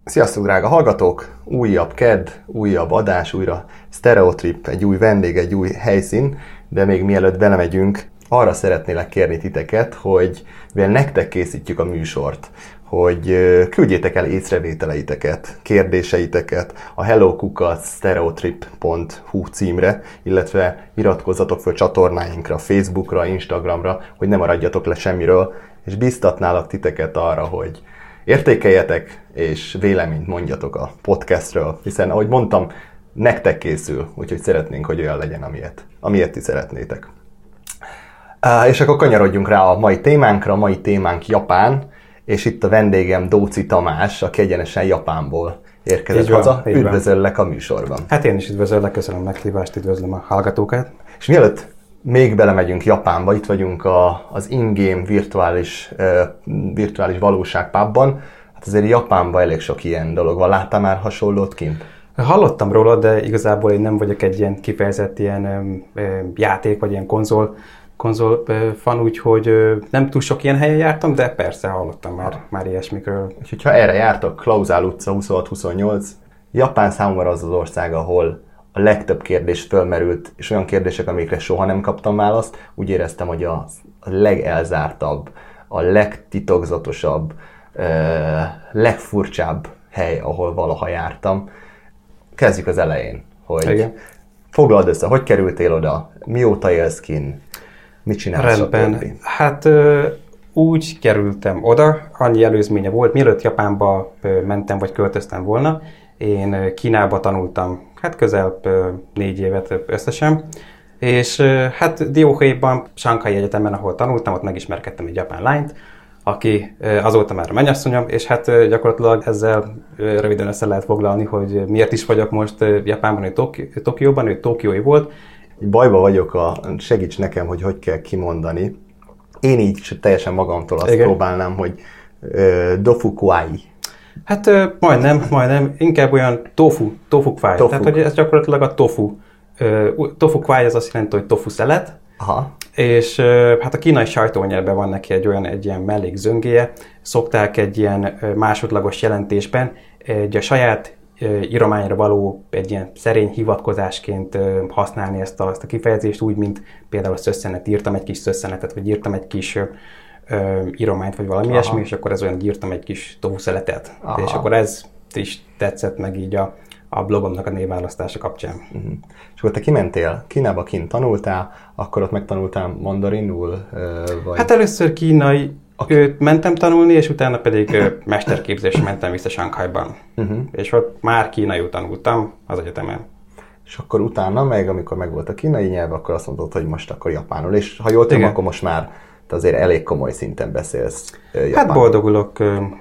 Sziasztok, drága hallgatók! Újabb kedd, újabb adás, újra Stereotrip, egy új vendég, egy új helyszín, de még mielőtt belemegyünk, arra szeretnélek kérni titeket, hogy mivel nektek készítjük a műsort, hogy küldjétek el észrevételeiteket, kérdéseiteket a hello@stereotrip.hu címre, illetve iratkozzatok fel csatornáinkra, Facebookra, Instagramra, hogy ne maradjatok le semmiről, és biztatnálak titeket arra, hogy értékeljetek, és véleményt mondjatok a podcastről, hiszen ahogy mondtam, nektek készül, úgyhogy szeretnénk, hogy olyan legyen, amilyet ti szeretnétek. És akkor kanyarodjunk rá a mai témánkra. A mai témánk Japán, és itt a vendégem Dóczy Tamás, aki egyenesen Japánból érkezett haza. Üdvözöllek a műsorban. Hát én is üdvözöllek, köszönöm a meghívást, üdvözlöm a hallgatókat. És mielőtt még belemegyünk Japánba, itt vagyunk az in-game virtuális valóság pubban. Hát azért Japánban elég sok ilyen dolog van. Láttál már hasonlót kint? Hallottam róla, de igazából én nem vagyok egy ilyen kifejezett ilyen játék, vagy ilyen konzol fan, úgyhogy nem túl sok ilyen helyen jártam, de persze hallottam már ilyesmikről. És hogyha erre jártok, Klauzál utca 26-28, Japán számomra az ország, ahol a legtöbb kérdés fölmerült, és olyan kérdések, amikre soha nem kaptam választ, úgy éreztem, hogy a legelzártabb, a legtitokzatosabb, legfurcsább hely, ahol valaha jártam. Kezdjük az elején, hogy igen. Foglald össze, hogy kerültél oda, mióta élsz kint, mit csinálsz? Rendben. Hát úgy kerültem oda, annyi előzménye volt, mielőtt Japánba mentem, vagy költöztem volna. Én Kínába tanultam, hát közel 4 évet összesen, és hát Dióhéjban, Sankai Egyetemen, ahol tanultam, ott megismerkedtem egy japán lányt, aki azóta már a mennyasszonyom, és hát gyakorlatilag ezzel röviden össze lehet foglalni, hogy miért is vagyok most Japánban, ő Tokióban, ő tokiói volt. Bajba vagyok, segíts nekem, hogy kell kimondani. Én így teljesen magamtól azt próbálnám, hogy dofukuai. Hát majdnem, inkább olyan tofu kwai. Tehát, hogy ez gyakorlatilag a tofu. Tofu kwai az azt jelenti, hogy tofu szelet. Aha. És hát a kínai sajtónyelvben van neki egy ilyen mellékzöngéje. Szokták egy ilyen másodlagos jelentésben egy a saját írományra való egy ilyen szerény hivatkozásként használni ezt a kifejezést, úgy, mint például a szösszenet, írtam egy kis szösszenetet, vagy írtam egy kis írományt, vagy valami ilyesmi, és akkor ez olyan, hogy írtam egy kis tofu szeletet. És akkor ez is tetszett meg így a blogomnak a névválasztása kapcsán. Uh-huh. És akkor te kimentél Kínába, kint tanultál, akkor ott megtanultál mandarinul? Vagy? Hát először kínai mentem tanulni, és utána pedig mesterképzésre mentem vissza Sanghajban. Uh-huh. És ott már kínaiul tanultam az egyetemen. És akkor utána meg, amikor megvolt a kínai nyelv, akkor azt mondod, hogy most akkor japánul. És ha jól tudom, akkor most már te azért elég komoly szinten beszélsz japánul. Hát boldogulok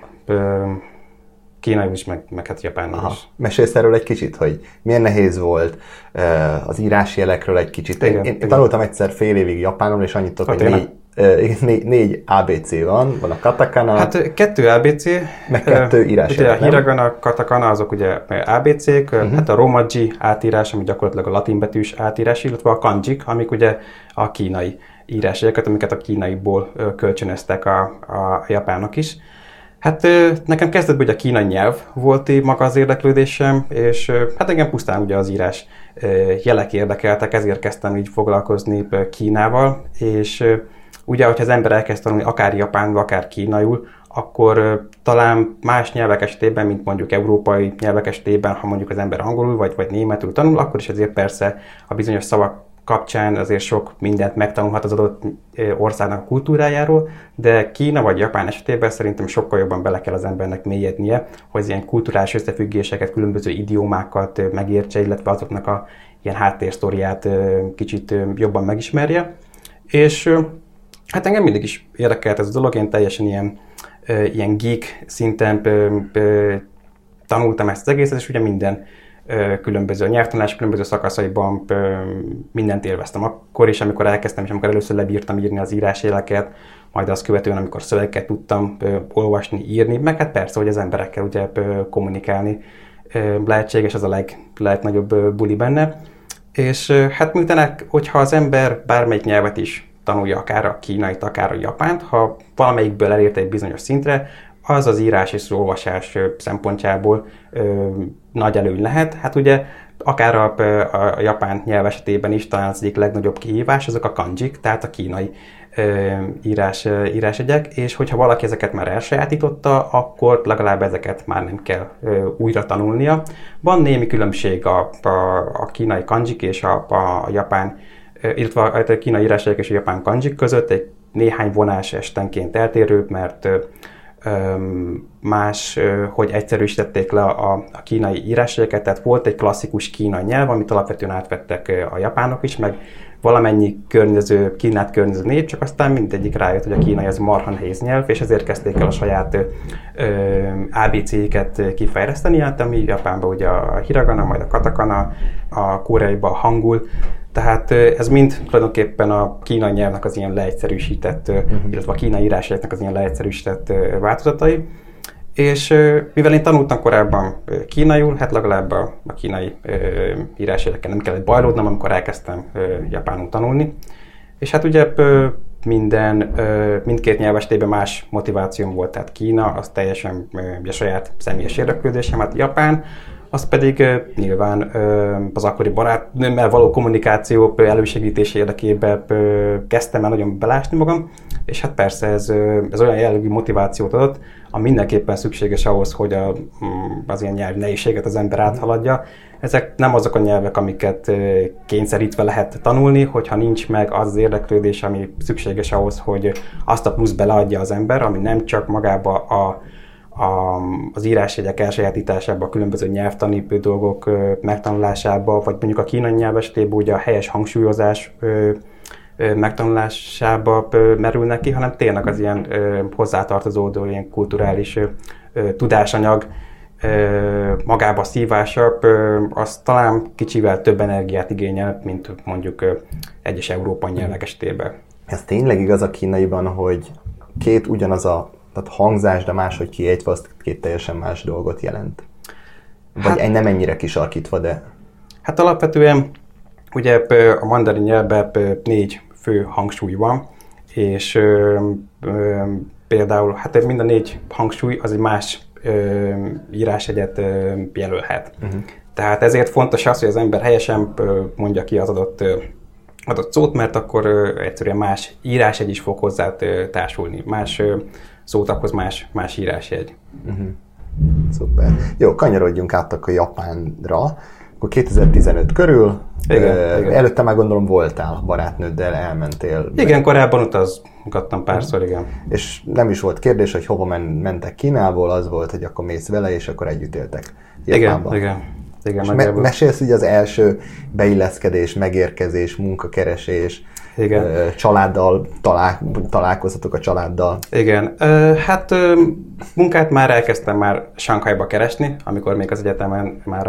kínaiul is, meg hát japánul is. Mesélsz erről egy kicsit, hogy milyen nehéz volt, az írásjelekről egy kicsit. Én tanultam egyszer fél évig japánul, és annyit tudok, hogy 4 ABC van a katakana. Hát 2 ABC. Meg 2 írásjelek, ugye a hiragana, katakana, azok ugye ABC-k, hát a romaji átírás, ami gyakorlatilag a latinbetűs átírás, illetve a kanjik, amik ugye a kínai írásjegyeket, amiket a kínaiból kölcsönöztek a japánok is. Hát nekem kezdetben ugye a kínai nyelv volt maga az érdeklődésem, és hát engem pusztán ugye az írás jelek érdekeltek, ezért kezdtem így foglalkozni Kínával, és ugye, hogyha az ember elkezd tanulni akár japánul, akár kínaiul, akkor talán más nyelvek esetében, mint mondjuk európai nyelvek esetében, ha mondjuk az ember angolul vagy németül tanul, akkor is azért persze a bizonyos szavak kapcsán azért sok mindent megtanulhat az adott országnak a kultúrájáról, de Kína vagy Japán esetében szerintem sokkal jobban bele kell az embernek mélyednie, hogy ilyen kulturális összefüggéseket, különböző idiómákat megértse, illetve azoknak a ilyen háttérsztoriát kicsit jobban megismerje. És hát engem mindig is érdekelt ez a dolog, én teljesen ilyen geek szinten tanultam ezt az egészet, és ugye minden különböző nyelvtanulás, különböző szakaszaiban mindent élveztem. Akkor is, amikor elkezdtem, és amikor először lebírtam írni az írásjeleket, majd azt követően, amikor szövegeket tudtam olvasni, írni, meg hát persze, hogy az emberekkel ugye kommunikálni lehetséges, az a legnagyobb buli benne. És hát miután, hogyha az ember bármelyik nyelvet is tanulja, akár a kínait, akár a japánt, ha valamelyikből elérte egy bizonyos szintre, az az írás és olvasás szempontjából nagy előny lehet. Hát ugye akár a japán nyelv esetében is talán az egyik legnagyobb kihívás, azok a kanjik, tehát a kínai írásjegyek, és hogyha valaki ezeket már elsajátította, akkor legalább ezeket már nem kell újra tanulnia. Van némi különbség a kínai kanjik és a japán, illetve a kínai írásjegyek és a japán kanjik között, egy néhány vonás estenként eltérő, mert más, hogy egyszerűsítették le a kínai írásjegyeket, tehát volt egy klasszikus kínai nyelv, amit alapvetően átvettek a japánok is, meg valamennyi Kínát környező nép, csak aztán mindegyik rájött, hogy a kínai az marha nehéz nyelv, és ezért kezdték el a saját ABC-ket kifejleszteni, hát ami Japánban ugye a hiragana, majd a katakana, a koreaiban a hangul, tehát ez mind tulajdonképpen a kínai nyelvnek az ilyen leegyszerűsített, illetve a kínai írásjegyeknek az ilyen leegyszerűsített változatai. És mivel én tanultam korábban kínaiul, hát legalább a kínai írásjegyekkel nem kellett bajlódnom, amikor elkezdtem japánul tanulni. És hát ugye mindkét nyelv esetében más motivációm volt, tehát Kína, az teljesen a saját személyes érdeklődésem, hát Japán, az pedig nyilván az akkori barátnőmmel való kommunikáció elősegítése érdekében kezdtem el nagyon belásni magam, és hát persze ez olyan jellegű motivációt adott, ami mindenképpen szükséges ahhoz, hogy az ilyen nyelvi nehézséget az ember áthaladja. Ezek nem azok a nyelvek, amiket kényszerítve lehet tanulni, hogyha nincs meg az érdeklődés, ami szükséges ahhoz, hogy azt a plusz beleadja az ember, ami nem csak magába az írásjegyek elsajátításába, a különböző nyelvtani dolgok megtanulásába, vagy mondjuk a kínai nyelv esetében ugye a helyes hangsúlyozás megtanulásába merülnek ki, hanem tényleg az ilyen hozzátartozódó, ilyen kulturális tudásanyag magába szívása, az talán kicsivel több energiát igényel, mint mondjuk egyes európai nyelvek esetében. Ez tényleg igaz a kínaiban, hogy két ugyanaz tehát hangzás, de máshogy kiejtve, az két teljesen más dolgot jelent? Vagy nem ennyire kisarkítva, de... Hát alapvetően ugye a mandarin nyelvben 4 fő hangsúly van, és például hát mind a 4 hangsúly az egy más írásjegyet jelölhet. Tehát ezért fontos az, hogy az ember helyesen mondja ki az adott szót, mert akkor egyszerűen más írásjegy is fog hozzá társulni. Más szótakhoz más írásjegy. Szuper. Jó, kanyarodjunk át akkor Japánra. Akkor 2015 körül, igen. Előtte már gondolom voltál barátnőddel, elmentél. Igen, korábban utazgattam párszor, igen. És nem is volt kérdés, hogy hova mentek Kínából, az volt, hogy akkor mész vele, és akkor együtt éltek Japánban. Igen. Mesélsz ugye az első beilleszkedés, megérkezés, munkakeresés, családdal, találkozatok a családdal. Igen, hát munkát már elkezdtem Sanghajba keresni, amikor még az egyetemen már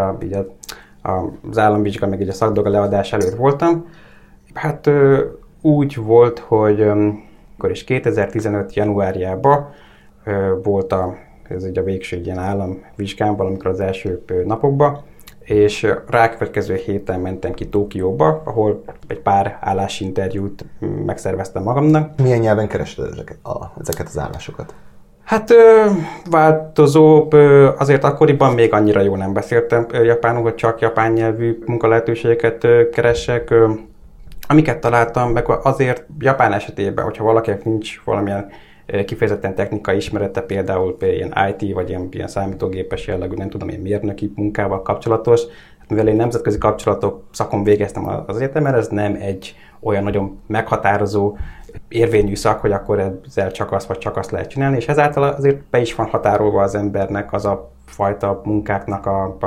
az államvizsga, meg így a szakdolga leadás előtt voltam. Hát úgy volt, hogy akkor is 2015. januárjában volt ez így a végső ilyen államvizsgám, valamikor az első napokban, és rákövetkező héten mentem ki Tokióba, ahol egy pár állásinterjút megszerveztem magamnak. Milyen nyelven kerested ezeket az állásokat? Hát változó, azért akkoriban még annyira jól nem beszéltem japánul, hogy csak japán nyelvű munkalehetőségeket keressek. Amiket találtam, meg azért Japán esetében, hogyha valakinek nincs valamilyen kifejezetten technikai ismerete, például ilyen IT, vagy ilyen számítógépes jellegű, nem tudom, ilyen mérnöki munkával kapcsolatos. Mivel én nemzetközi kapcsolatok szakon végeztem az egyetemen, ez nem egy olyan nagyon meghatározó érvényű szak, hogy akkor ezzel csak azt vagy csak azt lehet csinálni, és ezáltal azért be is van határolva az embernek az a fajta munkáknak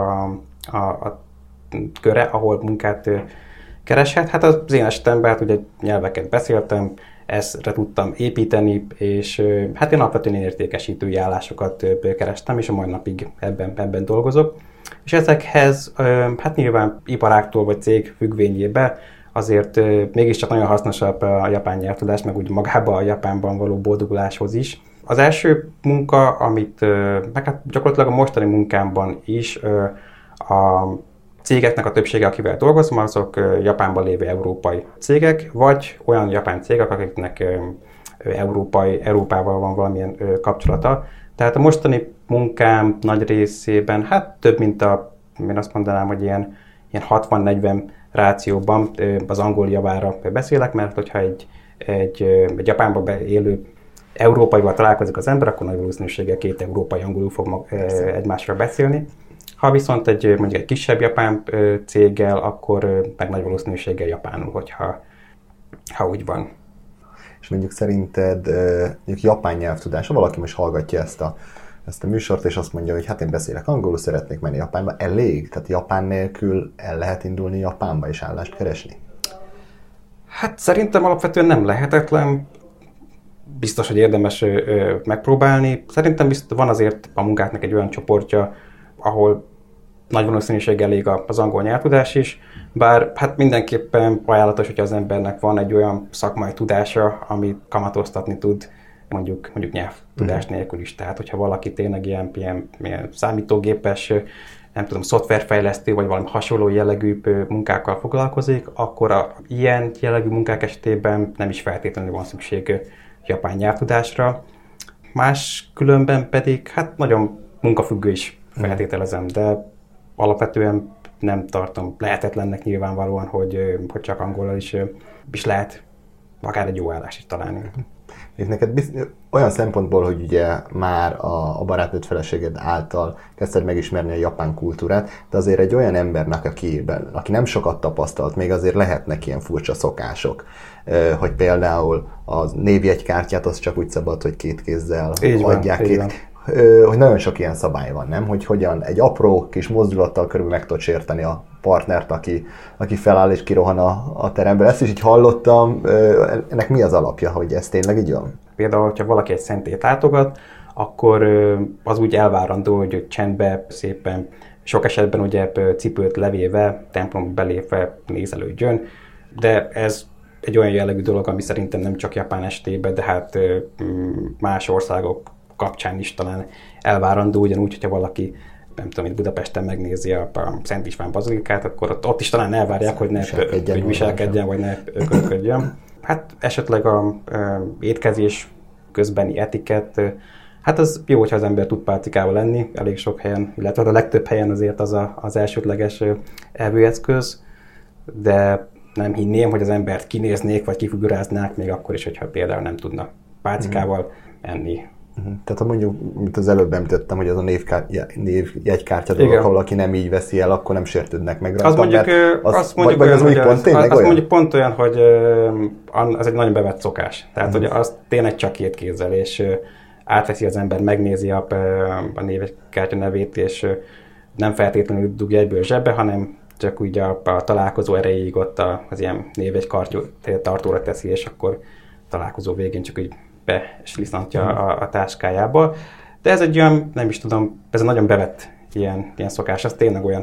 a köre, ahol munkát kereshet. Hát az én esetemben hát ugye nyelveket beszéltem, ezre tudtam építeni, és hát én alapvetően értékesítői állásokat kerestem, és a mai napig ebben dolgozok. És ezekhez hát nyilván iparáktól vagy cég függvényében azért mégiscsak nagyon hasznos a japán nyelvtudás, meg úgy magában a Japánban való boldoguláshoz is. Az első munka, meg hát gyakorlatilag a mostani munkámban is a cégeknek a többsége, akivel dolgozom, azok Japánban lévő európai cégek, vagy olyan japán cégek, akiknek Európával van valamilyen kapcsolata. Tehát a mostani munkám nagy részében, hát több mint én azt mondanám, hogy ilyen 60-40 rációban az angol javára beszélek, mert hogyha egy Japánban élő európaival találkozik az ember, akkor nagy valószínűséggel két európai angolul fog egymásra beszélni. Ha viszont mondjuk egy kisebb japán céggel, akkor meg nagy valószínűséggel japánul, ha úgy van. És mondjuk szerinted mondjuk japán nyelvtudása, valaki most hallgatja ezt a műsort, és azt mondja, hogy hát én beszélek angolul, szeretnék menni Japánba, elég? Tehát japán nélkül el lehet indulni Japánba és állást keresni? Hát szerintem alapvetően nem lehetetlen. Biztos, hogy érdemes megpróbálni. Szerintem van azért a munkáknak egy olyan csoportja, ahol nagy valószínűséggel elég az angol nyelvtudás is, bár hát mindenképpen ajánlatos, hogy az embernek van egy olyan szakmai tudása, amit kamatoztatni tud, mondjuk nyelvtudás nélkül is. Tehát, hogyha valaki tényleg ilyen számítógépes, nem tudom, szoftverfejlesztő, vagy valami hasonló jellegű munkákkal foglalkozik, akkor ilyen jellegű munkák esetében nem is feltétlenül van szükség japán nyelvtudásra. Más különben pedig, hát nagyon munkafüggő is feltételezem, de alapvetően nem tartom lehetetlennek nyilvánvalóan, hogy csak angolul is lehet akár egy jó állást is találni. És neked olyan szempontból, hogy ugye már a barátnőd feleséged által kezdted megismerni a japán kultúrát, de azért egy olyan embernek, aki nem sokat tapasztalt, még azért lehetnek ilyen furcsa szokások, hogy például a névjegykártyát az csak úgy szabad, hogy két kézzel adják ki. Hogy nagyon sok ilyen szabály van, nem? Hogy hogyan egy apró kis mozdulattal körülbelül meg tudod sérteni a partnert, aki feláll és kirohan a teremből. Ezt is így hallottam. Ennek mi az alapja, hogy ez tényleg így van? Például, hogyha valaki egy szentét látogat, akkor az úgy elvárandó, hogy csendbe, szépen, sok esetben ugye cipőt levéve, templomba belépve nézelődjön, de ez egy olyan jellegű dolog, ami szerintem nem csak Japán esetében, de hát más országok kapcsán is talán elvárandó, ugyanúgy, hogyha valaki, nem tudom, itt Budapesten megnézi a Szent István bazilikát, akkor ott is talán elvárják, hogy ne viselkedjen, vagy ne ökölködjön. Hát esetleg a étkezés közbeni etikett, hát az jó, hogyha az ember tud pálcikával lenni, elég sok helyen, illetve a legtöbb helyen azért az elsődleges evőeszköz, de nem hinném, hogy az embert kinéznék, vagy kifiguráznák, még akkor is, hogyha például nem tudnak pálcikával enni. Tehát ha mondjuk, mint az előbb említettem, hogy az a névjegykártya dolog, ha valaki nem így veszi el, akkor nem sértődnek meg rajta. Az mondjuk pont olyan, hogy az egy nagyon bevett szokás. Tehát, hogy az tényleg csak két kézzel, és átveszi az ember, megnézi a névjegykártya nevét, és nem feltétlenül dugja egyből zsebbe, hanem csak úgy a találkozó erejéig ott az ilyen névjegykártya tartóra teszi, és akkor találkozó végén csak úgy besliszantja a táskájába. De ez egy olyan, nem is tudom, ez egy nagyon bevett ilyen szokás. Az tényleg olyan,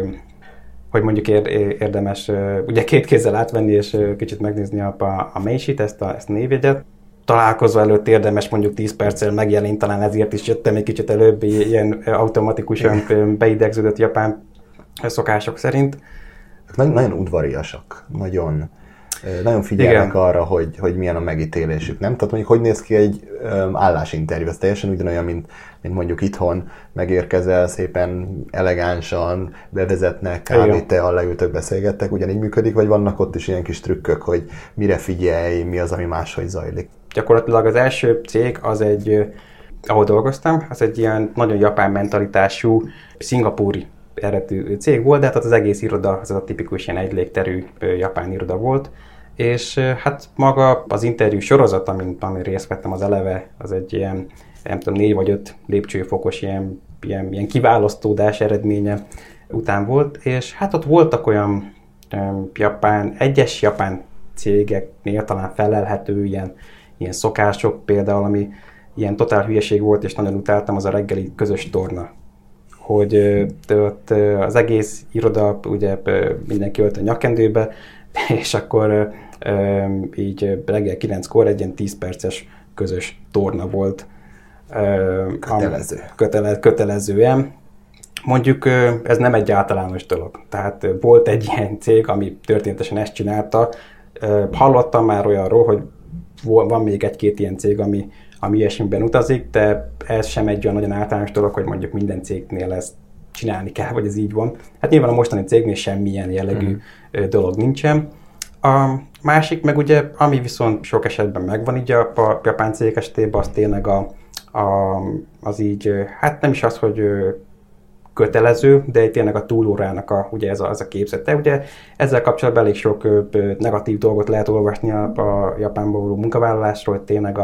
hogy mondjuk érdemes ugye két kézzel átvenni, és kicsit megnézni a meisit, ezt a névjegyet. Találkozó előtt érdemes mondjuk 10 perccel megjelenni, talán ezért is jöttem egy kicsit előbb ilyen automatikusan beidegződött japán szokások szerint. Nagyon udvariasak, nagyon figyelnek arra, hogy milyen a megítélésük, nem? Tehát mondjuk, hogy néz ki egy állásinterjú, ez teljesen ugyanolyan, mint mondjuk itthon megérkezel, szépen elegánsan, bevezetnek, kávét, teal, leültök, beszélgettek, ugyanígy működik, vagy vannak ott is ilyen kis trükkök, hogy mire figyelj, mi az, ami máshogy zajlik? Gyakorlatilag az első cég az ahol dolgoztam, az egy ilyen nagyon japán mentalitású, szingapúri eredetű cég volt, de hát az egész iroda, az a tipikus ilyen egylégterű japán iroda volt, és hát maga az interjú sorozat, amin részt vettem, az eleve, az egy ilyen, nem tudom, 4 vagy 5 lépcsőfokos ilyen kiválasztódás eredménye után volt, és hát ott voltak olyan egyes japán cégeknél talán felelhető ilyen szokások, például ami ilyen totál hülyeség volt, és nagyon utáltam, az a reggeli közös torna. Hogy ott az egész iroda, ugye mindenki ölt a nyakkendőbe, és akkor így reggel 9-kor egy ilyen 10 perces közös torna volt. Kötelezően. Mondjuk ez nem egy általános dolog. Tehát volt egy ilyen cég, ami történetesen ezt csinálta. Hallottam már olyanról, hogy van még egy-két ilyen cég, ami ilyesmiben utazik, de ez sem egy olyan nagyon általános dolog, hogy mondjuk minden cégnél ezt csinálni kell, vagy ez így van. Hát nyilván a mostani cégnél semmilyen jellegű dolog nincsen. A másik meg ugye, ami viszont sok esetben megvan így a japán cégek esetében, az tényleg az így, hát nem is az, hogy kötelező, de tényleg a túlórának ugye ez a képzete. Ugye ezzel kapcsolatban elég sok negatív dolgot lehet olvasni a Japánban való munkavállalásról, tényleg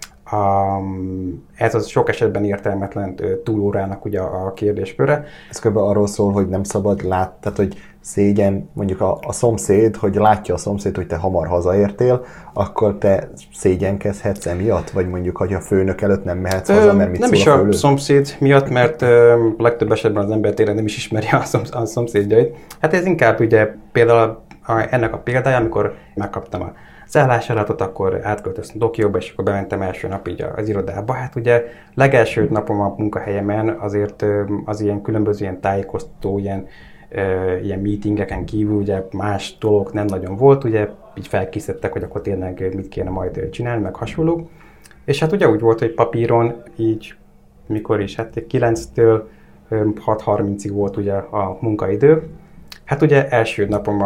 ez az sok esetben értelmetlen túlórának ugye a kérdésköre. Ez kb. Arról szól, hogy nem szabad tehát hogy szégyen, mondjuk a szomszéd, hogy látja a szomszéd, hogy te hamar hazaértél, akkor te szégyenkezhetsz emiatt? Vagy mondjuk, hogy a főnök előtt nem mehetsz haza, mert mit nem szól is a szomszéd miatt, mert legtöbb esetben az ember tényleg nem is ismeri a szomszédjait. Hát ez inkább ugye például ennek a példája, amikor megkaptam az állásállatot, akkor átköltöztem Tokióba, és akkor bementem első nap így az irodába. Hát ugye legelső napom a munkahelyemen azért az ilyen különböző ilyen tájékoztató, ilyen meetingeken kívül ugye más dolog nem nagyon volt, ugye így felkészítettek, hogy akkor tényleg mit kéne majd csinálni, meg hasonlók. És hát ugye úgy volt, hogy papíron így, mikor is, hát 9-től 6:30-ig volt ugye a munkaidő. Hát ugye első napom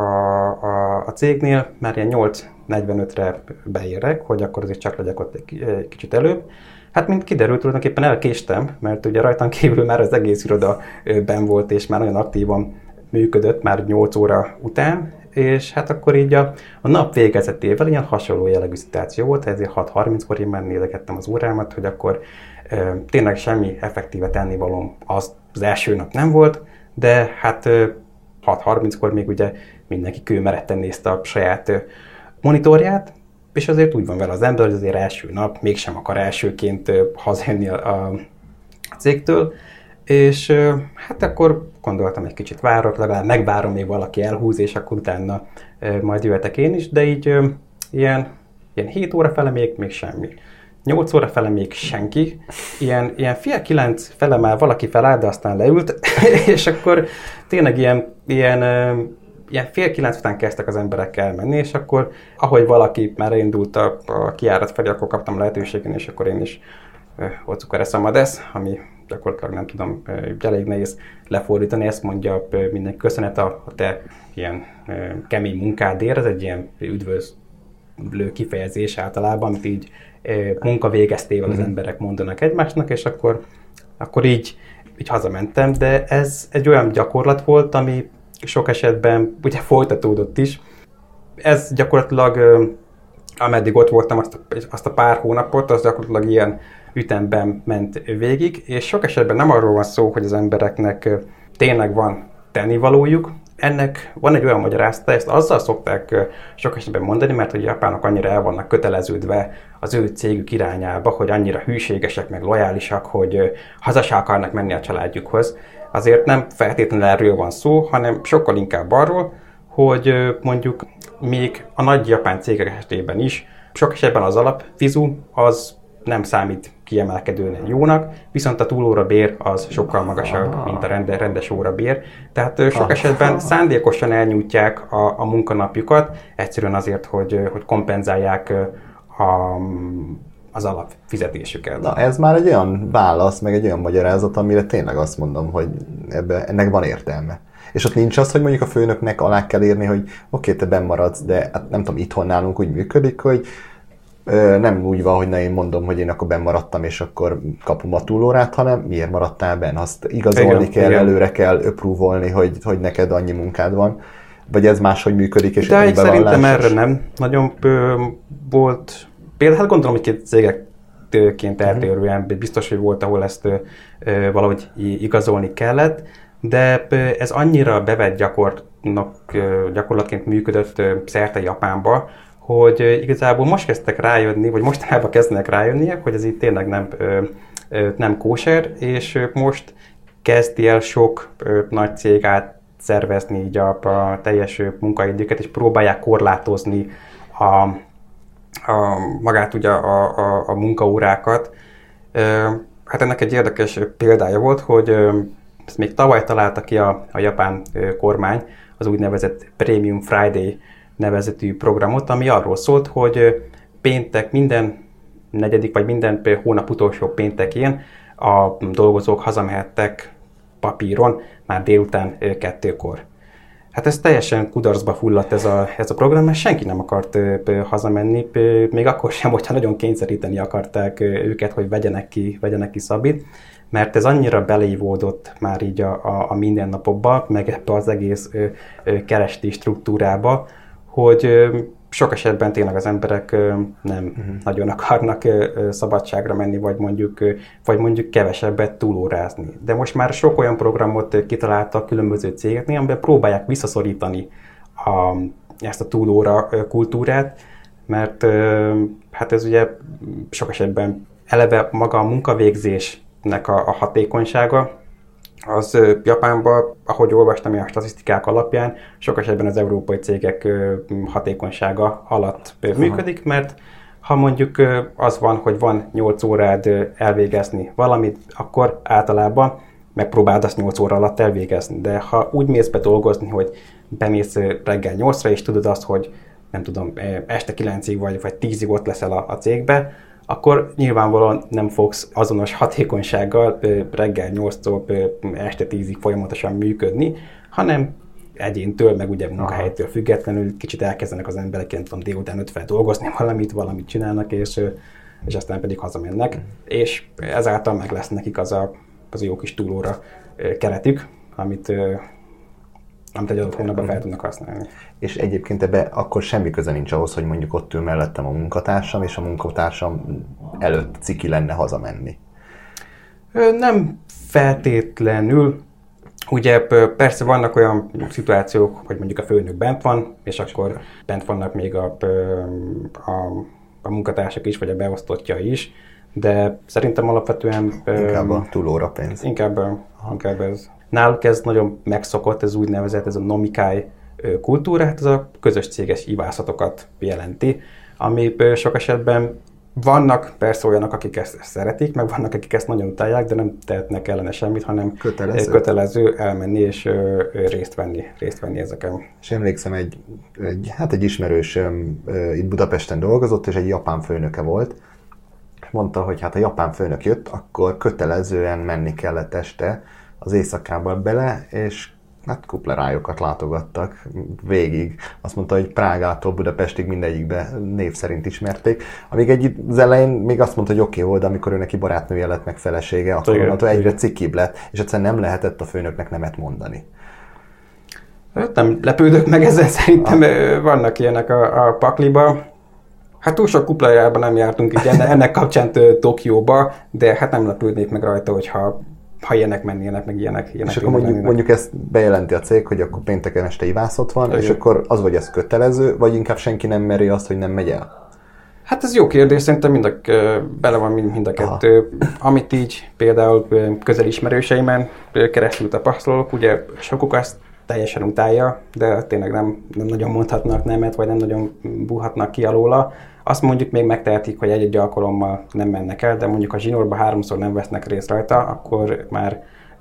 a cégnél, már ilyen 8:45-re beérek, hogy akkor azért csak legyek ott egy kicsit előbb. Hát mint kiderült, tulajdonképpen elkéstem, mert ugye rajtam kívül már az egész iroda benn volt, és már nagyon aktívan működött, már 8 óra után, és hát akkor így a nap végezetével ilyen hasonló jellegű szituáció volt, ezért 6:30-kor én már nézegettem az órámat, hogy akkor tényleg semmi effektíve tennivalóm az első nap nem volt, de hát 6:30-kor még ugye mindenki kőmeretten nézte a saját monitorját, és azért úgy van vele az ember, hogy azért első nap mégsem akar elsőként hazajönni a cégtől, és hát akkor gondoltam, egy kicsit várok, legalább megvárom, még valaki elhúz, és akkor utána majd jöhetek én is, de így ilyen 7 óra fele még semmi. 8 óra fele még senki, ilyen 8:30 fele már valaki felállt, de aztán leült, és akkor tényleg ilyen 8:30 után kezdtek az emberek elmenni, és akkor ahogy valaki már elindult a kijárat felé, akkor kaptam lehetőségen, és akkor én is Otsukaresamades, ami gyakorlatilag nem tudom, elég nehéz lefordítani, ezt mondja mindenki, köszönet a te ilyen kemény munkádért, ez egy ilyen üdvözlő kifejezés általában, amit így munka végeztével az emberek mondanak egymásnak, és akkor így hazamentem, de ez egy olyan gyakorlat volt, ami sok esetben ugye folytatódott is. Ez gyakorlatilag, ameddig ott voltam azt a pár hónapot, az gyakorlatilag ilyen ütemben ment végig, és sok esetben nem arról van szó, hogy az embereknek tényleg van tennivalójuk. Ennek van egy olyan magyarázata, ezt azzal szokták sok esetben mondani, mert hogy a japánok annyira el vannak köteleződve az ő cégük irányába, hogy annyira hűségesek, meg lojálisak, hogy haza se akarnak menni a családjukhoz. Azért nem feltétlenül erről van szó, hanem sokkal inkább arról, hogy mondjuk még a nagy japán cégek esetében is sok esetben az alapfizu az nem számít kiemelkedően jónak, viszont a túlóra bér az sokkal magasabb, mint a rendes óra bér. Tehát sok esetben szándékosan elnyújtják a munkanapjukat, egyszerűen azért, hogy kompenzálják az alapfizetésüket. Na, ez már egy olyan válasz, meg egy olyan magyarázat, amire tényleg azt mondom, hogy ennek van értelme. És ott nincs az, hogy mondjuk a főnöknek alá kell írni, hogy oké, te benn maradsz, de hát nem tudom, itthon nálunk úgy működik, hogy nem úgy van, hogy én mondom, hogy én akkor benn maradtam, és akkor kapom a túlórát, hanem miért maradtál benn? Azt igazolni kell, előre kell approve-olni, hogy neked annyi munkád van. Vagy ez máshogy működik, és de szerintem erre nem nagyon volt. Például hát gondolom, hogy két cégekként eltérően biztos, hogy volt, ahol ezt valahogy igazolni kellett, de ez annyira bevett gyakorlatként működött szerte Japánba, hogy igazából most kezdtek rájönni, vagy mostanában kezdenek rájönni, hogy ez így tényleg nem kóser, és most kezdi el sok nagy cég átszervezni így a teljes munkaidőket, és próbálják korlátozni magát ugye a munkaórákat. Hát ennek egy érdekes példája volt, hogy ezt még tavaly találta ki a japán kormány, az úgynevezett Premium Friday nevezetű programot, ami arról szólt, hogy péntek, minden negyedik vagy minden hónap utolsó péntekén a dolgozók hazamehettek papíron már délután 2-kor. Hát ez teljesen kudarcba fulladt ez a program, mert senki nem akart hazamenni, még akkor sem, hogyha nagyon kényszeríteni akarták őket, hogy vegyenek ki szabit, mert ez annyira beleívódott már így a mindennapokba, meg ebbe az egész keresti struktúrába, hogy sok esetben tényleg az emberek nem nagyon akarnak szabadságra menni, vagy mondjuk kevesebbet túlórázni. De most már sok olyan programot kitaláltak különböző cégeknél, amiben próbálják visszaszorítani ezt a túlóra kultúrát, mert hát ez ugye sok esetben eleve maga a munkavégzésnek a hatékonysága, az Japánban, ahogy olvastam a statisztikák alapján, sok esetben az európai cégek hatékonysága alatt működik, mert ha mondjuk az van, hogy van 8 órád elvégezni valamit, akkor általában megpróbáld azt 8 óra alatt elvégezni. De ha úgy mész be dolgozni, hogy bemész reggel 8-ra, és tudod azt, hogy nem tudom, este 9-ig vagy 10-ig ott leszel a cégbe, akkor nyilvánvalóan nem fogsz azonos hatékonysággal reggel 8-tól este 10-ig folyamatosan működni, hanem egyéntől, meg ugye munkahelytől függetlenül kicsit elkezdenek az emberek, nem tudom, délután 5 dolgozni valamit csinálnak, és aztán pedig hazamennek, és ezáltal meg lesz nekik az a jó kis túlóra keretük, amit egy adott hónapban fel tudnak használni. És egyébként ebbe akkor semmi köze nincs ahhoz, hogy mondjuk ott ül mellettem a munkatársam, és a munkatársam előtt ciki lenne hazamenni. Nem feltétlenül. Ugye persze vannak olyan szituációk, hogy mondjuk a főnök bent van, és akkor bent vannak még a munkatársak is, vagy a beosztottja is, de szerintem alapvetően... Inkább a túlóra pénz. Inkább ez. Náluk ez nagyon megszokott, ez úgynevezett, ez a nomikai kultúra, hát ez a közös céges ivászatokat jelenti, ami sok esetben vannak persze olyanok, akik ezt szeretik, meg vannak, akik ezt nagyon utálják, de nem tehetnek ellene semmit, hanem kötelező elmenni és részt venni ezeken. És emlékszem, egy ismerősöm itt Budapesten dolgozott, és egy japán főnöke volt. Mondta, hogy hát a japán főnök jött, akkor kötelezően menni kellett este az éjszakába bele, és hát kuplerájokat látogattak végig. Azt mondta, hogy Prágától Budapestig mindegyikbe név szerint ismerték. Amíg az elején még azt mondta, hogy oké volt, de amikor ő neki barátnője lett meg felesége, akkor onnantól egyre cikibb lett, és egyszerűen nem lehetett a főnöknek nemet mondani. Nem lepődök meg ezzel, szerintem vannak ilyenek a pakliba. Hát túl sok kuplerában nem jártunk így ennek kapcsán Tokióba, de hát nem lepődnék meg rajta, hogyha ilyenek mennének, meg ilyenek. És akkor mondjuk ezt bejelenti a cég, hogy akkor pénteken este ivászat van, igen. És akkor az vagy ez kötelező, vagy inkább senki nem meri azt, hogy nem megy el? Hát ez jó kérdés, szerintem bele van mind a kettő. Amit így például közelismerőseimen keresztül tapasztalok, ugye sokuk azt teljesen utálja, de tényleg nem nagyon mondhatnak nemet, vagy nem nagyon bújhatnak ki alóla. Azt mondjuk még megtehetik, hogy egy-egy alkalommal nem mennek el, de mondjuk ha zsinórba 3-szor nem vesznek részt rajta, akkor már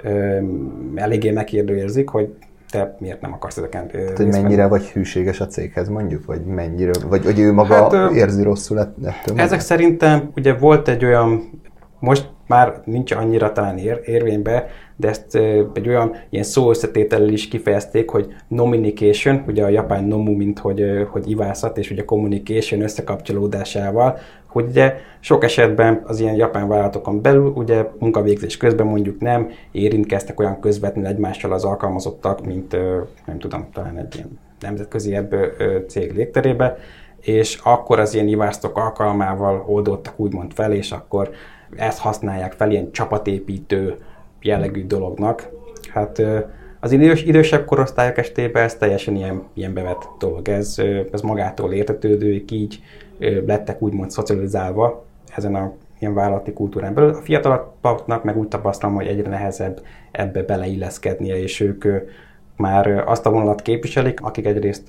eléggé megkérdőjelezik, hogy te miért nem akarsz ezeken részt venni. Mennyire vagy hűséges a céghez mondjuk, vagy mennyire, vagy hogy ő maga érzi rosszul ettől? Ezek szerintem ugye volt egy olyan, most már nincs annyira talán érvényben, de ezt egy olyan ilyen szóösszetétellel is kifejezték, hogy nominication, ugye a japán nomu, mint hogy ivászat, és ugye communication összekapcsolódásával, hogy ugye sok esetben az ilyen japán vállalatokon belül, ugye munkavégzés közben mondjuk nem érintkeztek olyan közvetlenül egymással az alkalmazottak, mint nem tudom, talán egy ilyen nemzetköziebb cég légterébe, és akkor az ilyen ivásztok alkalmával oldottak úgymond fel, és akkor ezt használják fel ilyen csapatépítő jellegű dolognak. Hát az idősebb korosztályok estében ez teljesen ilyen bevett dolog. Ez magától értetődő, így lettek úgymond szocializálva ezen a ilyen vállalati kultúrán belül. A fiataloknak meg úgy tapasztalom, hogy egyre nehezebb ebbe beleilleszkednie, és ők már azt a vonalat képviselik, akik egyrészt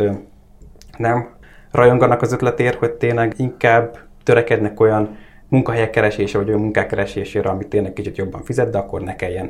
nem rajonganak az ötletért, hogy tényleg inkább törekednek olyan munkahelyek keresésére, vagy olyan munkák keresésére, amit tényleg kicsit jobban fizet, de akkor ne kelljen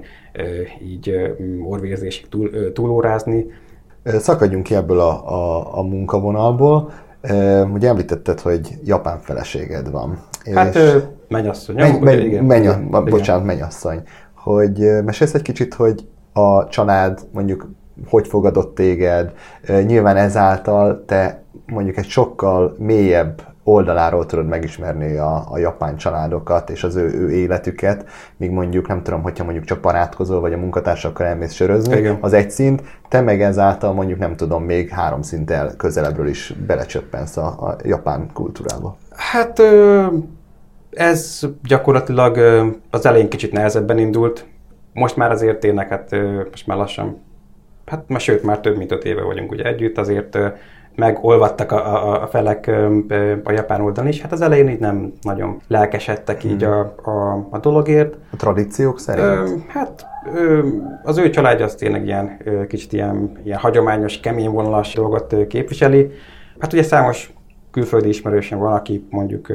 így orvérzésig túlórázni. Szakadjunk ki ebből a munkavonalból. Ugye említetted, hogy japán feleséged van. Hát mennyasszony. Mennyasszony. Hogy mesélsz egy kicsit, hogy a család mondjuk hogy fogadott téged, nyilván ezáltal te mondjuk egy sokkal mélyebb oldaláról tudod megismerni a japán családokat és az ő életüket, míg mondjuk nem tudom, hogyha mondjuk csak barátkozol, vagy a munkatársakkal elmész sörözni, igen, az egy szint, te meg ezáltal mondjuk nem tudom, még 3 szinttel közelebbről is belecsöppensz a japán kultúrába. Hát ez gyakorlatilag az elején kicsit nehezebben indult, most már azért tényleg, most már lassan, sőt, már több mint 5 éve vagyunk ugye együtt, azért megolvadtak a felek a japán oldalon is. Hát az elején így nem nagyon lelkesedtek így a dologért. A tradíciók szerint? Az ő családja az tényleg kicsit ilyen hagyományos, kemény vonalas dolgot képviseli. Hát ugye számos külföldi ismerősöm van, aki mondjuk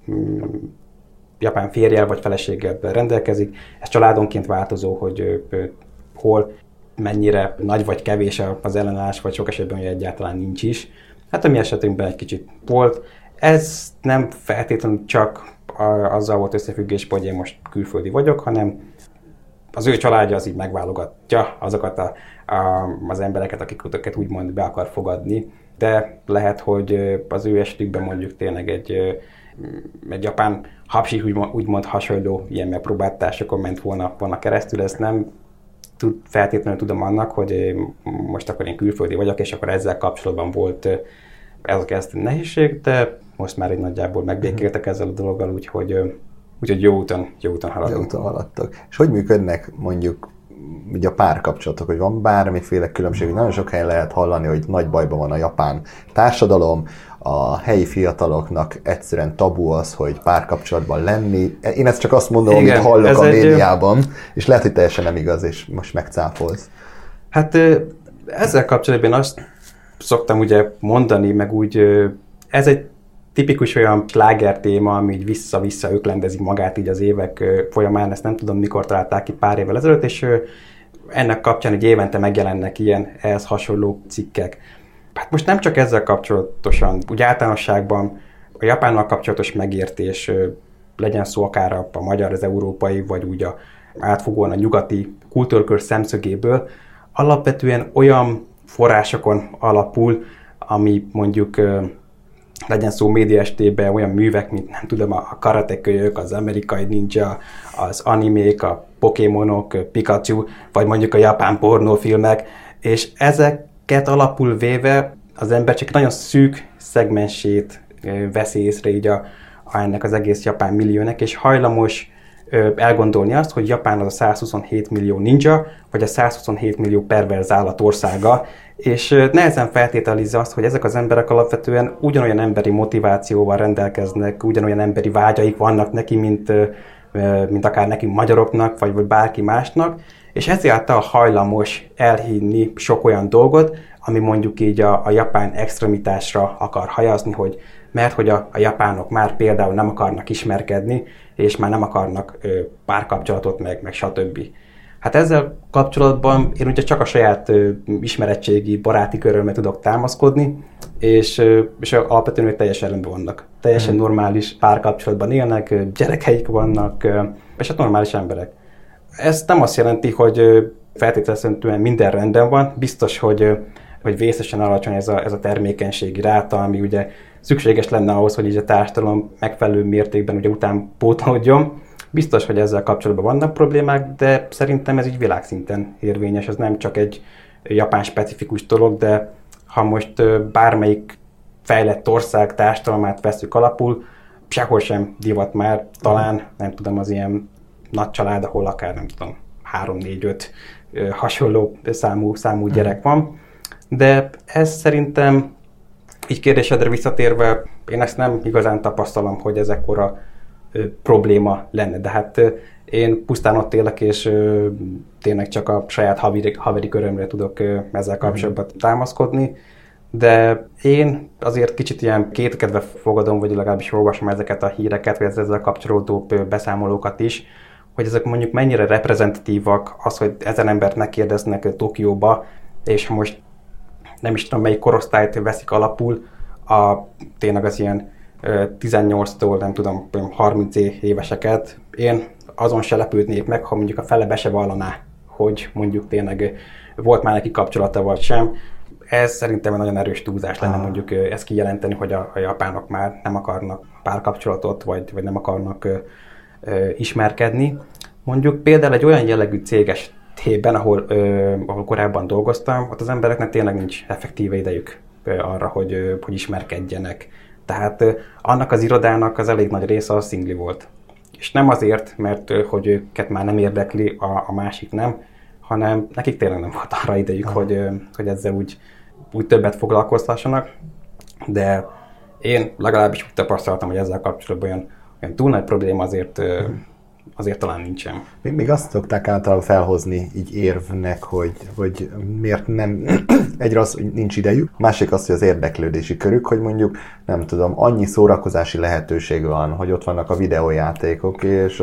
japán férjel vagy feleséggel rendelkezik. Ez családonként változó, hogy hol mennyire nagy vagy kevés az ellenállás, vagy sok esetben hogy egyáltalán nincs is. Hát a mi esetünkben egy kicsit volt. Ez nem feltétlenül csak azzal volt összefüggésben, hogy én most külföldi vagyok, hanem az ő családja az így megválogatja azokat az embereket, akiket úgymond be akar fogadni, de lehet, hogy az ő esetükben mondjuk tényleg egy japán hapsi úgymond hasonló ilyen megpróbáltatásokon ment volna keresztül, ezt nem feltétlenül tudom annak, hogy most akkor én külföldi vagyok, és akkor ezzel kapcsolatban volt ez a nehézség, de most már egy nagyjából megbékéltek ezzel a dologgal, úgyhogy jó úton haladunk. Jó úton haladtak. És hogy működnek mondjuk ugye a párkapcsolatok, hogy van bármiféle különbség, nagyon sok helyen lehet hallani, hogy nagy bajban van a japán társadalom, a helyi fiataloknak egyszerűen tabu az, hogy párkapcsolatban lenni. Én ezt csak azt mondom, igen, amit hallok a médiában, és lehet, hogy teljesen nem igaz, és most megcáfolsz. Hát ezzel kapcsolatban azt szoktam ugye mondani, meg úgy, ez egy tipikus olyan sláger téma, ami így vissza-vissza öklendezi magát így az évek folyamán, ezt nem tudom mikor találták ki pár évvel ezelőtt, és ennek kapcsán egy évente megjelennek ilyen ehhez hasonló cikkek. Hát most nem csak ezzel kapcsolatosan, úgy általánosságban a japánnal kapcsolatos megértés, legyen szó akár a magyar, az európai, vagy úgy átfogóan a nyugati kultúrkör szemszögéből, alapvetően olyan forrásokon alapul, ami mondjuk legyen szó médiaestében olyan művek, mint nem tudom, a karatekölyök, az amerikai ninja, az animék, a pokémonok, Pikachu, vagy mondjuk a japán pornófilmek, és ezeket alapul véve az ember csak nagyon szűk szegmensét veszi észre így ennek az egész japán milliónek, és hajlamos elgondolni azt, hogy Japán az a 127 millió ninja, vagy a 127 millió perverz állat országa, és nehezen feltételezze azt, hogy ezek az emberek alapvetően ugyanolyan emberi motivációval rendelkeznek, ugyanolyan emberi vágyaik vannak neki, mint akár nekünk magyaroknak, vagy bárki másnak, és ezáltal hajlamos elhinni sok olyan dolgot, ami mondjuk így a japán extremitásra akar hajazni, mert hogy a japánok már például nem akarnak ismerkedni, és már nem akarnak párkapcsolatot, meg stb. Hát ezzel kapcsolatban én ugye csak a saját ismeretségi, baráti körömmel tudok támaszkodni, és alapvetően ők teljesen rendben vannak. Teljesen normális párkapcsolatban élnek, gyerekeik vannak, és hát normális emberek. Ez nem azt jelenti, hogy feltétlenül minden rendben van, biztos, hogy vészesen alacsony ez a termékenységi ráta, ami ugye szükséges lenne ahhoz, hogy így a társadalom megfelelő mértékben ugye utánpótlódjon. Biztos, hogy ezzel kapcsolatban vannak problémák, de szerintem ez így világszinten érvényes, ez nem csak egy japán specifikus dolog, de ha most bármelyik fejlett ország társadalmát veszük alapul, sehol sem divat már, talán nem tudom, az ilyen nagy család, ahol akár nem tudom, 3-4-5 hasonló számú gyerek van, de ez szerintem így kérdésedre visszatérve, én ezt nem igazán tapasztalom, hogy ez ekkora probléma lenne, de hát én pusztán ott élek, és tényleg csak a saját haveri körömre tudok ezzel kapcsolatban támaszkodni, de én azért kicsit ilyen kétkedve fogadom, vagy legalábbis olvasom ezeket a híreket, vagy ezzel kapcsolódó beszámolókat is, hogy ezek mondjuk mennyire reprezentatívak, az, hogy 1000 embert megkérdeznek Tokióba, és most nem is tudom, melyik korosztályt veszik alapul, tényleg az ilyen 18-tól nem tudom 30 éveseket én azon se lepődnék meg, ha mondjuk a fele be se vallaná, hogy mondjuk tényleg volt már neki kapcsolata vagy sem. Ez szerintem egy nagyon erős túlzás lenne mondjuk ezt kijelenteni, hogy a japánok már nem akarnak párkapcsolatot, vagy nem akarnak ismerkedni. Mondjuk például egy olyan jellegű céges tében, ahol korábban dolgoztam, ott az embereknek tényleg nincs effektíve idejük arra, hogy ismerkedjenek. Tehát annak az irodának az elég nagy része az szingli volt. És nem azért, mert hogy őket már nem érdekli, a másik nem, hanem nekik tényleg nem volt arra idejük, hogy ezzel úgy többet foglalkoztassanak. De én legalábbis úgy tapasztaltam, hogy ezzel kapcsolatban olyan túl nagy probléma azért talán nincsen. Még azt szokták általában felhozni így érvnek, hogy miért nem, egyre az, hogy nincs idejük, másik az, hogy az érdeklődési körük, hogy mondjuk, nem tudom, annyi szórakozási lehetőség van, hogy ott vannak a videójátékok, és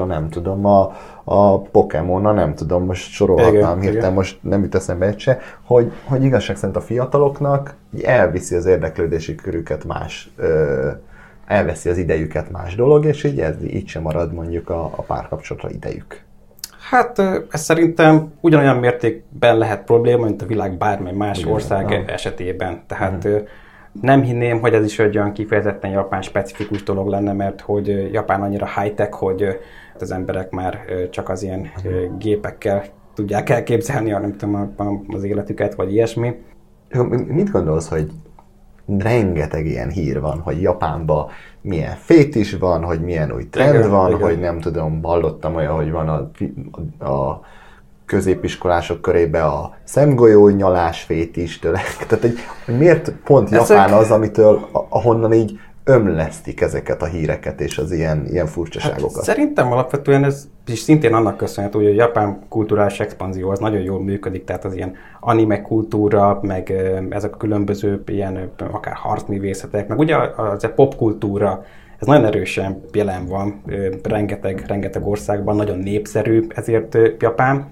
a Pokémon, nem tudom, most sorolhatnám hirtelen, most nem jut eszembe egy se, hogy igazság szerint a fiataloknak elviszi az érdeklődési körüket elveszi az idejüket más dolog, és így sem marad mondjuk a párkapcsolatra idejük. Hát ez szerintem ugyanolyan mértékben lehet probléma, mint a világ bármely más ország esetében. Tehát nem hinném, hogy ez is egy olyan kifejezetten japán specifikus dolog lenne, mert hogy Japán annyira high-tech, hogy az emberek már csak az ilyen gépekkel tudják elképzelni, nem tudom, az életüket, vagy ilyesmi. Mit gondolsz, hogy rengeteg ilyen hír van, hogy Japánban milyen fétis van, hogy milyen új trend van, hogy nem tudom, hallottam olyan, hogy van a középiskolások körében a szemgolyó nyalás fétistől. Tehát, hogy miért pont Japán az, ahonnan így ömlesztik ezeket a híreket és az ilyen furcsaságokat? Hát szerintem alapvetően ez is szintén annak köszönhető, hogy a japán kulturális expanzió az nagyon jól működik, tehát az ilyen anime kultúra, meg ezek a különböző ilyen akár harcművészetek, meg ugye az a popkultúra, ez nagyon erősen jelen van, rengeteg országban, nagyon népszerű ezért Japán,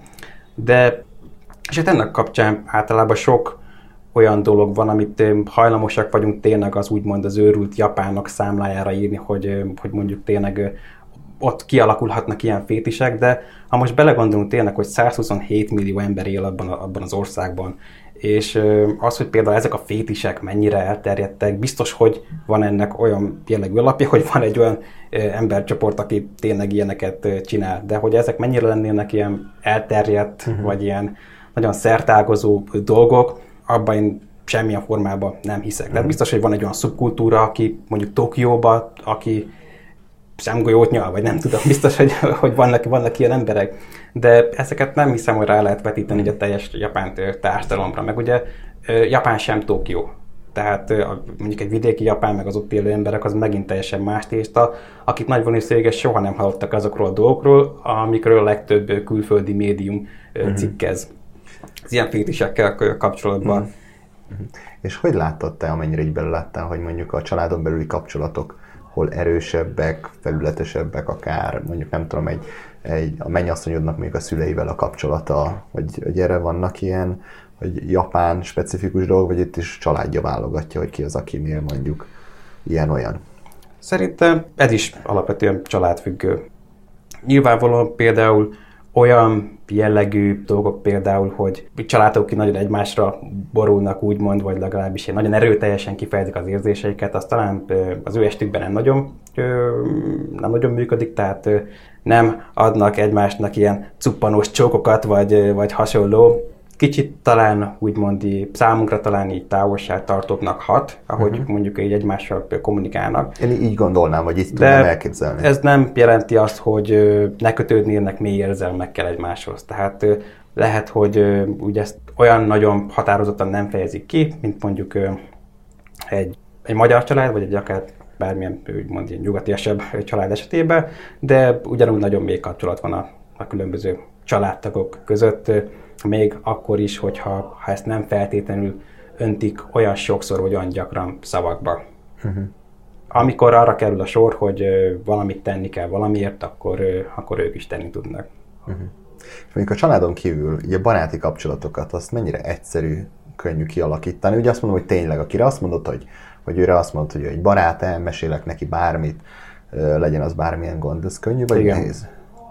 és hát ennek kapcsán általában sok olyan dolog van, amit hajlamosak vagyunk tényleg az úgymond az őrült japánok számlájára írni, hogy mondjuk tényleg ott kialakulhatnak ilyen fétisek, de ha most belegondolunk tényleg, hogy 127 millió ember él abban az országban, és az, hogy például ezek a fétisek mennyire elterjedtek, biztos, hogy van ennek olyan jellegű alapja, hogy van egy olyan embercsoport, aki tényleg ilyeneket csinál, de hogy ezek mennyire lennének ilyen elterjedt, vagy ilyen nagyon szertágazó dolgok, abban én semmilyen formában nem hiszek. Tehát biztos, hogy van egy olyan szubkultúra, aki mondjuk Tokióban, aki szemgolyót nyal, vagy nem tudom, biztos, hogy vannak ilyen emberek. De ezeket nem hiszem, hogy rá lehet vetíteni a teljes japán társadalomra. Meg ugye Japán sem Tokió. Tehát mondjuk egy vidéki Japán, meg az ott élő emberek, az megint teljesen más tészta, akik nagy valószínűséggel soha nem hallottak azokról a dolgokról, amikről a legtöbb külföldi médium cikkez. Az ilyen fétisekkel kapcsolatban. És hogy láttad te, amennyire így belőláttál, hogy mondjuk a családon belüli kapcsolatok hol erősebbek, felületesebbek, akár mondjuk nem tudom, a mennyasszonyodnak még a szüleivel a kapcsolata, hogy erre vannak ilyen, hogy japán specifikus dolog, vagy itt is családja válogatja, hogy ki az, akinél mondjuk ilyen-olyan? Szerintem ez is alapvetően családfüggő. Nyilvánvalóan például olyan jellegű dolgok például, hogy családok ki nagyon egymásra borulnak úgymond, vagy legalábbis nagyon erőteljesen kifejezik az érzéseiket, az talán az ő estükben nem nagyon működik, tehát nem adnak egymásnak ilyen cuppanós csókokat, vagy hasonló. Kicsit talán úgymond számunkra talán így távolságtartóbbnak hat, ahogy mondjuk így egymással kommunikálnak. Én így gondolnám, vagy így tudnám elképzelni. Ez nem jelenti azt, hogy ne kötődnének mély érzelmekkel egymáshoz. Tehát lehet, hogy ugye ezt olyan nagyon határozottan nem fejezik ki, mint mondjuk egy magyar család, vagy egy akár bármilyen úgymond ilyen nyugatiasabb család esetében, de ugyanúgy nagyon mély kapcsolat van a különböző családtagok között, még akkor is, hogyha ezt nem feltétlenül öntik olyan sokszor, vagy olyan gyakran szavakba. Amikor arra kerül a sor, hogy valamit tenni kell valamiért, akkor ők is tenni tudnak. És mondjuk a családon kívül, ugye baráti kapcsolatokat, azt mennyire egyszerű, könnyű kialakítani. Ugye azt mondom, hogy tényleg, akire azt mondod, vagy őre azt mondod, hogy egy barát, elmesélek neki bármit, legyen az bármilyen gond, ez könnyű vagy nehéz?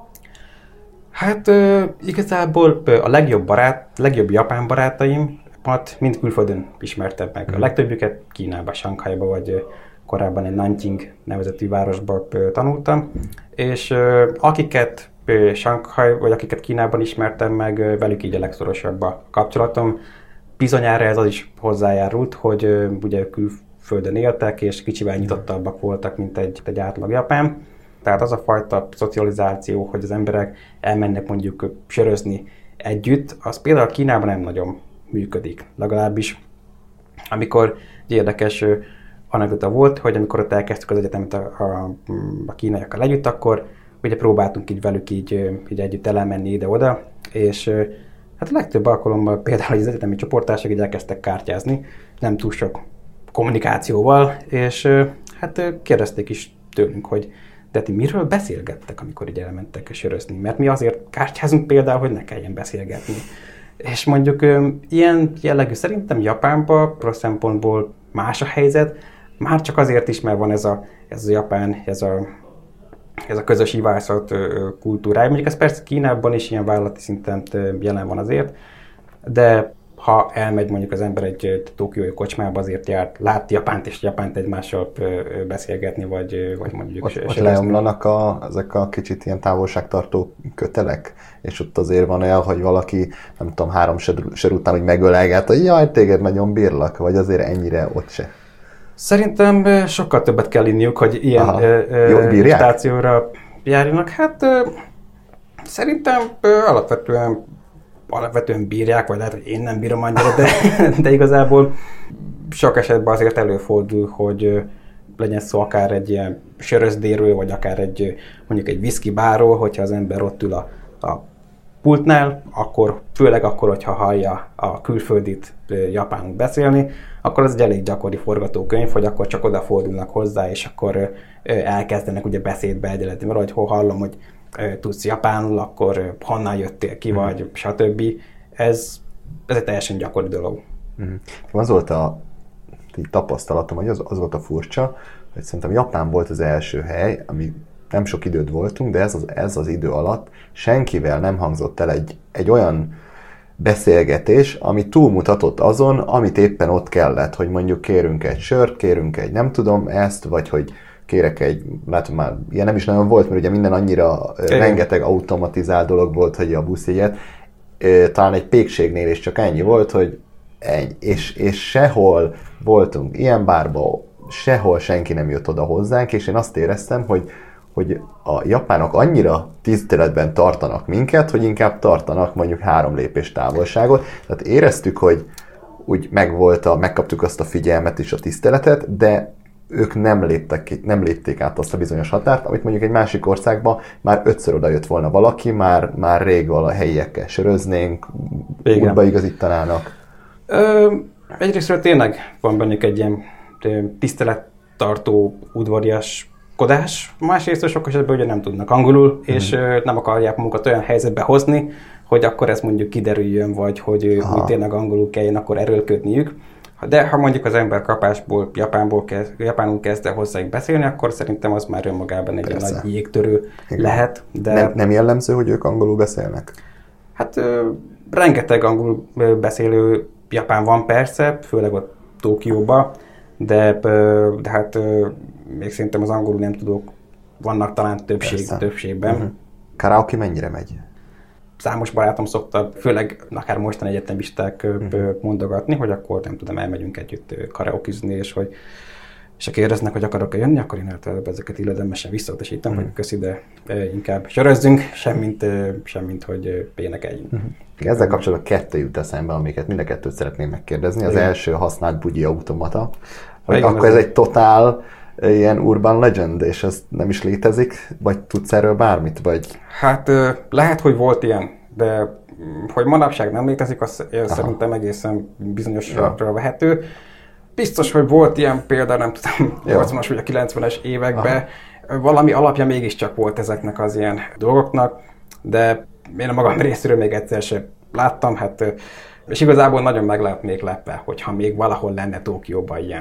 Hát igazából a legjobb japán barátaimat mind külföldön ismertem meg. A legtöbbjüket Kínában, Sanghajban vagy korábban egy Nanjing nevezetű városban tanultam, és akiket Sanghaj, vagy akiket Kínában ismertem meg, velük így a legszorosabb a kapcsolatom. Bizonyára ez az is hozzájárult, hogy ugye külföldön éltek, és kicsivel nyitottabbak voltak, mint egy átlag japán. Tehát az a fajta szocializáció, hogy az emberek elmennek mondjuk sörözni együtt, az például Kínában nem nagyon működik. Legalábbis amikor érdekes anekdota volt, hogy amikor ott elkezdtük az egyetemet a kínaiakkal együtt, akkor ugye próbáltunk így velük így együtt elmenni ide-oda, és hát a legtöbb alkalommal például az egyetemi csoporttársak így elkezdtek kártyázni, nem túl sok kommunikációval, és hát kérdezték is tőlünk, hogy de ti miről beszélgettek, amikor így elmentek sörözni? Mert mi azért kártyázunk például, hogy ne kelljen beszélgetni. És mondjuk ilyen jellegű szerintem Japánban rossz szempontból más a helyzet, már csak azért is, mert van ez a japán, ez a közös ivászat kultúrája. Mondjuk ez persze Kínában is ilyen vállalati szinten jelen van azért, de ha elmegy mondjuk az ember egy tokiói kocsmába, azért lát Japánt és Japánt egymással beszélgetni, vagy mondjuk... Ott leomlanak ezek a kicsit ilyen távolságtartó kötelek, és ott azért van el, hogy valaki, nem tudom, 3 sör után, hogy megölelget, hogy jaj, téged nagyon bírlak, vagy azért ennyire ott se. Szerintem sokkal többet kell inniuk, hogy ilyen stációra járjanak. Hát szerintem alapvetően bírják, vagy lehet, hogy én nem bírom annyira, de igazából sok esetben azért előfordul, hogy legyen szó akár egy ilyen sörözdéről, vagy akár mondjuk egy whisky bárról, hogyha az ember ott ül a pultnál, akkor főleg akkor, hogyha hallja a külföldit japánul beszélni, akkor az egy elég gyakori forgatókönyv, hogy akkor csak odafordulnak hozzá, és akkor elkezdenek ugye beszédbe egyelőtt, mert hogy hallom, hogy tudsz japánul, akkor honnan jöttél ki, vagy stb. Ez egy teljesen gyakori dolog. Az volt a tapasztalatom, hogy az volt a furcsa, hogy szerintem Japán volt az első hely, ami nem sok időt voltunk, de ez az idő alatt senkivel nem hangzott el egy olyan beszélgetés, ami túlmutatott azon, amit éppen ott kellett, hogy mondjuk kérünk egy sört, kérünk egy nem tudom ezt, vagy hogy kérek egy, látom már, ilyen nem is nagyon volt, mert ugye minden annyira rengeteg automatizált dolog volt, hogy a buszjegyet, talán egy pékségnél is csak ennyi volt, hogy ennyi. És sehol voltunk ilyen bárban, sehol senki nem jött oda hozzánk, és én azt éreztem, hogy a japánok annyira tiszteletben tartanak minket, hogy inkább tartanak mondjuk 3 lépés távolságot. Tehát éreztük, hogy úgy megkaptuk azt a figyelmet és a tiszteletet, de ők nem lépték át azt a bizonyos határt, amit mondjuk egy másik országban már 5-ször oda jött volna valaki, már rég a helyiekkel söröznénk, útba igazítanának. Egyrésztről tényleg van bennük egy ilyen tisztelettartó udvariaskodás, másrészt sok esetben ugye nem tudnak angolul, és nem akarják magukat olyan helyzetbe hozni, hogy akkor ez mondjuk kiderüljön, vagy hogy úgy tényleg angolul kelljen akkor erőlködniük. De ha mondjuk az ember kapásból, japánul kezd el hozzájuk beszélni, akkor szerintem az már önmagában egy nagy jégtörő lehet. De nem jellemző, hogy ők angolul beszélnek? Hát rengeteg angolul beszélő japán van persze, főleg ott Tokióban, de hát még szerintem az angolul nem tudók vannak talán többségben. Karaoke mennyire megy? Számos barátom szokta, főleg akár mostani egyetemisták mondogatni, hogy akkor nem tudom, elmegyünk együtt karaokizni, és kérdeznek, hogy akarok-e jönni, akkor én általában ezeket illedemesen visszautasítom, hogy köszi, de inkább sörözzünk, semmint hogy énekeljünk. Ezzel kapcsolatban 2 jut eszembe, amiket mind a 2-t szeretném megkérdezni. Az első használt bugyi automata. Akkor ez egy totál ilyen urban legend, és ez nem is létezik? Vagy tudsz erről bármit? Vagy... Hát lehet, hogy volt ilyen, de hogy manapság nem létezik, az szerintem egészen bizonyosra vehető. Biztos, hogy volt ilyen példa, nem tudom, 80-as vagy a 90-es években, valami alapja mégiscsak volt ezeknek az ilyen dolgoknak, de én a magam részéről még egyszer sem láttam, és igazából nagyon meg lehetnék lepve, hogyha még valahol lenne Tokióban ilyen.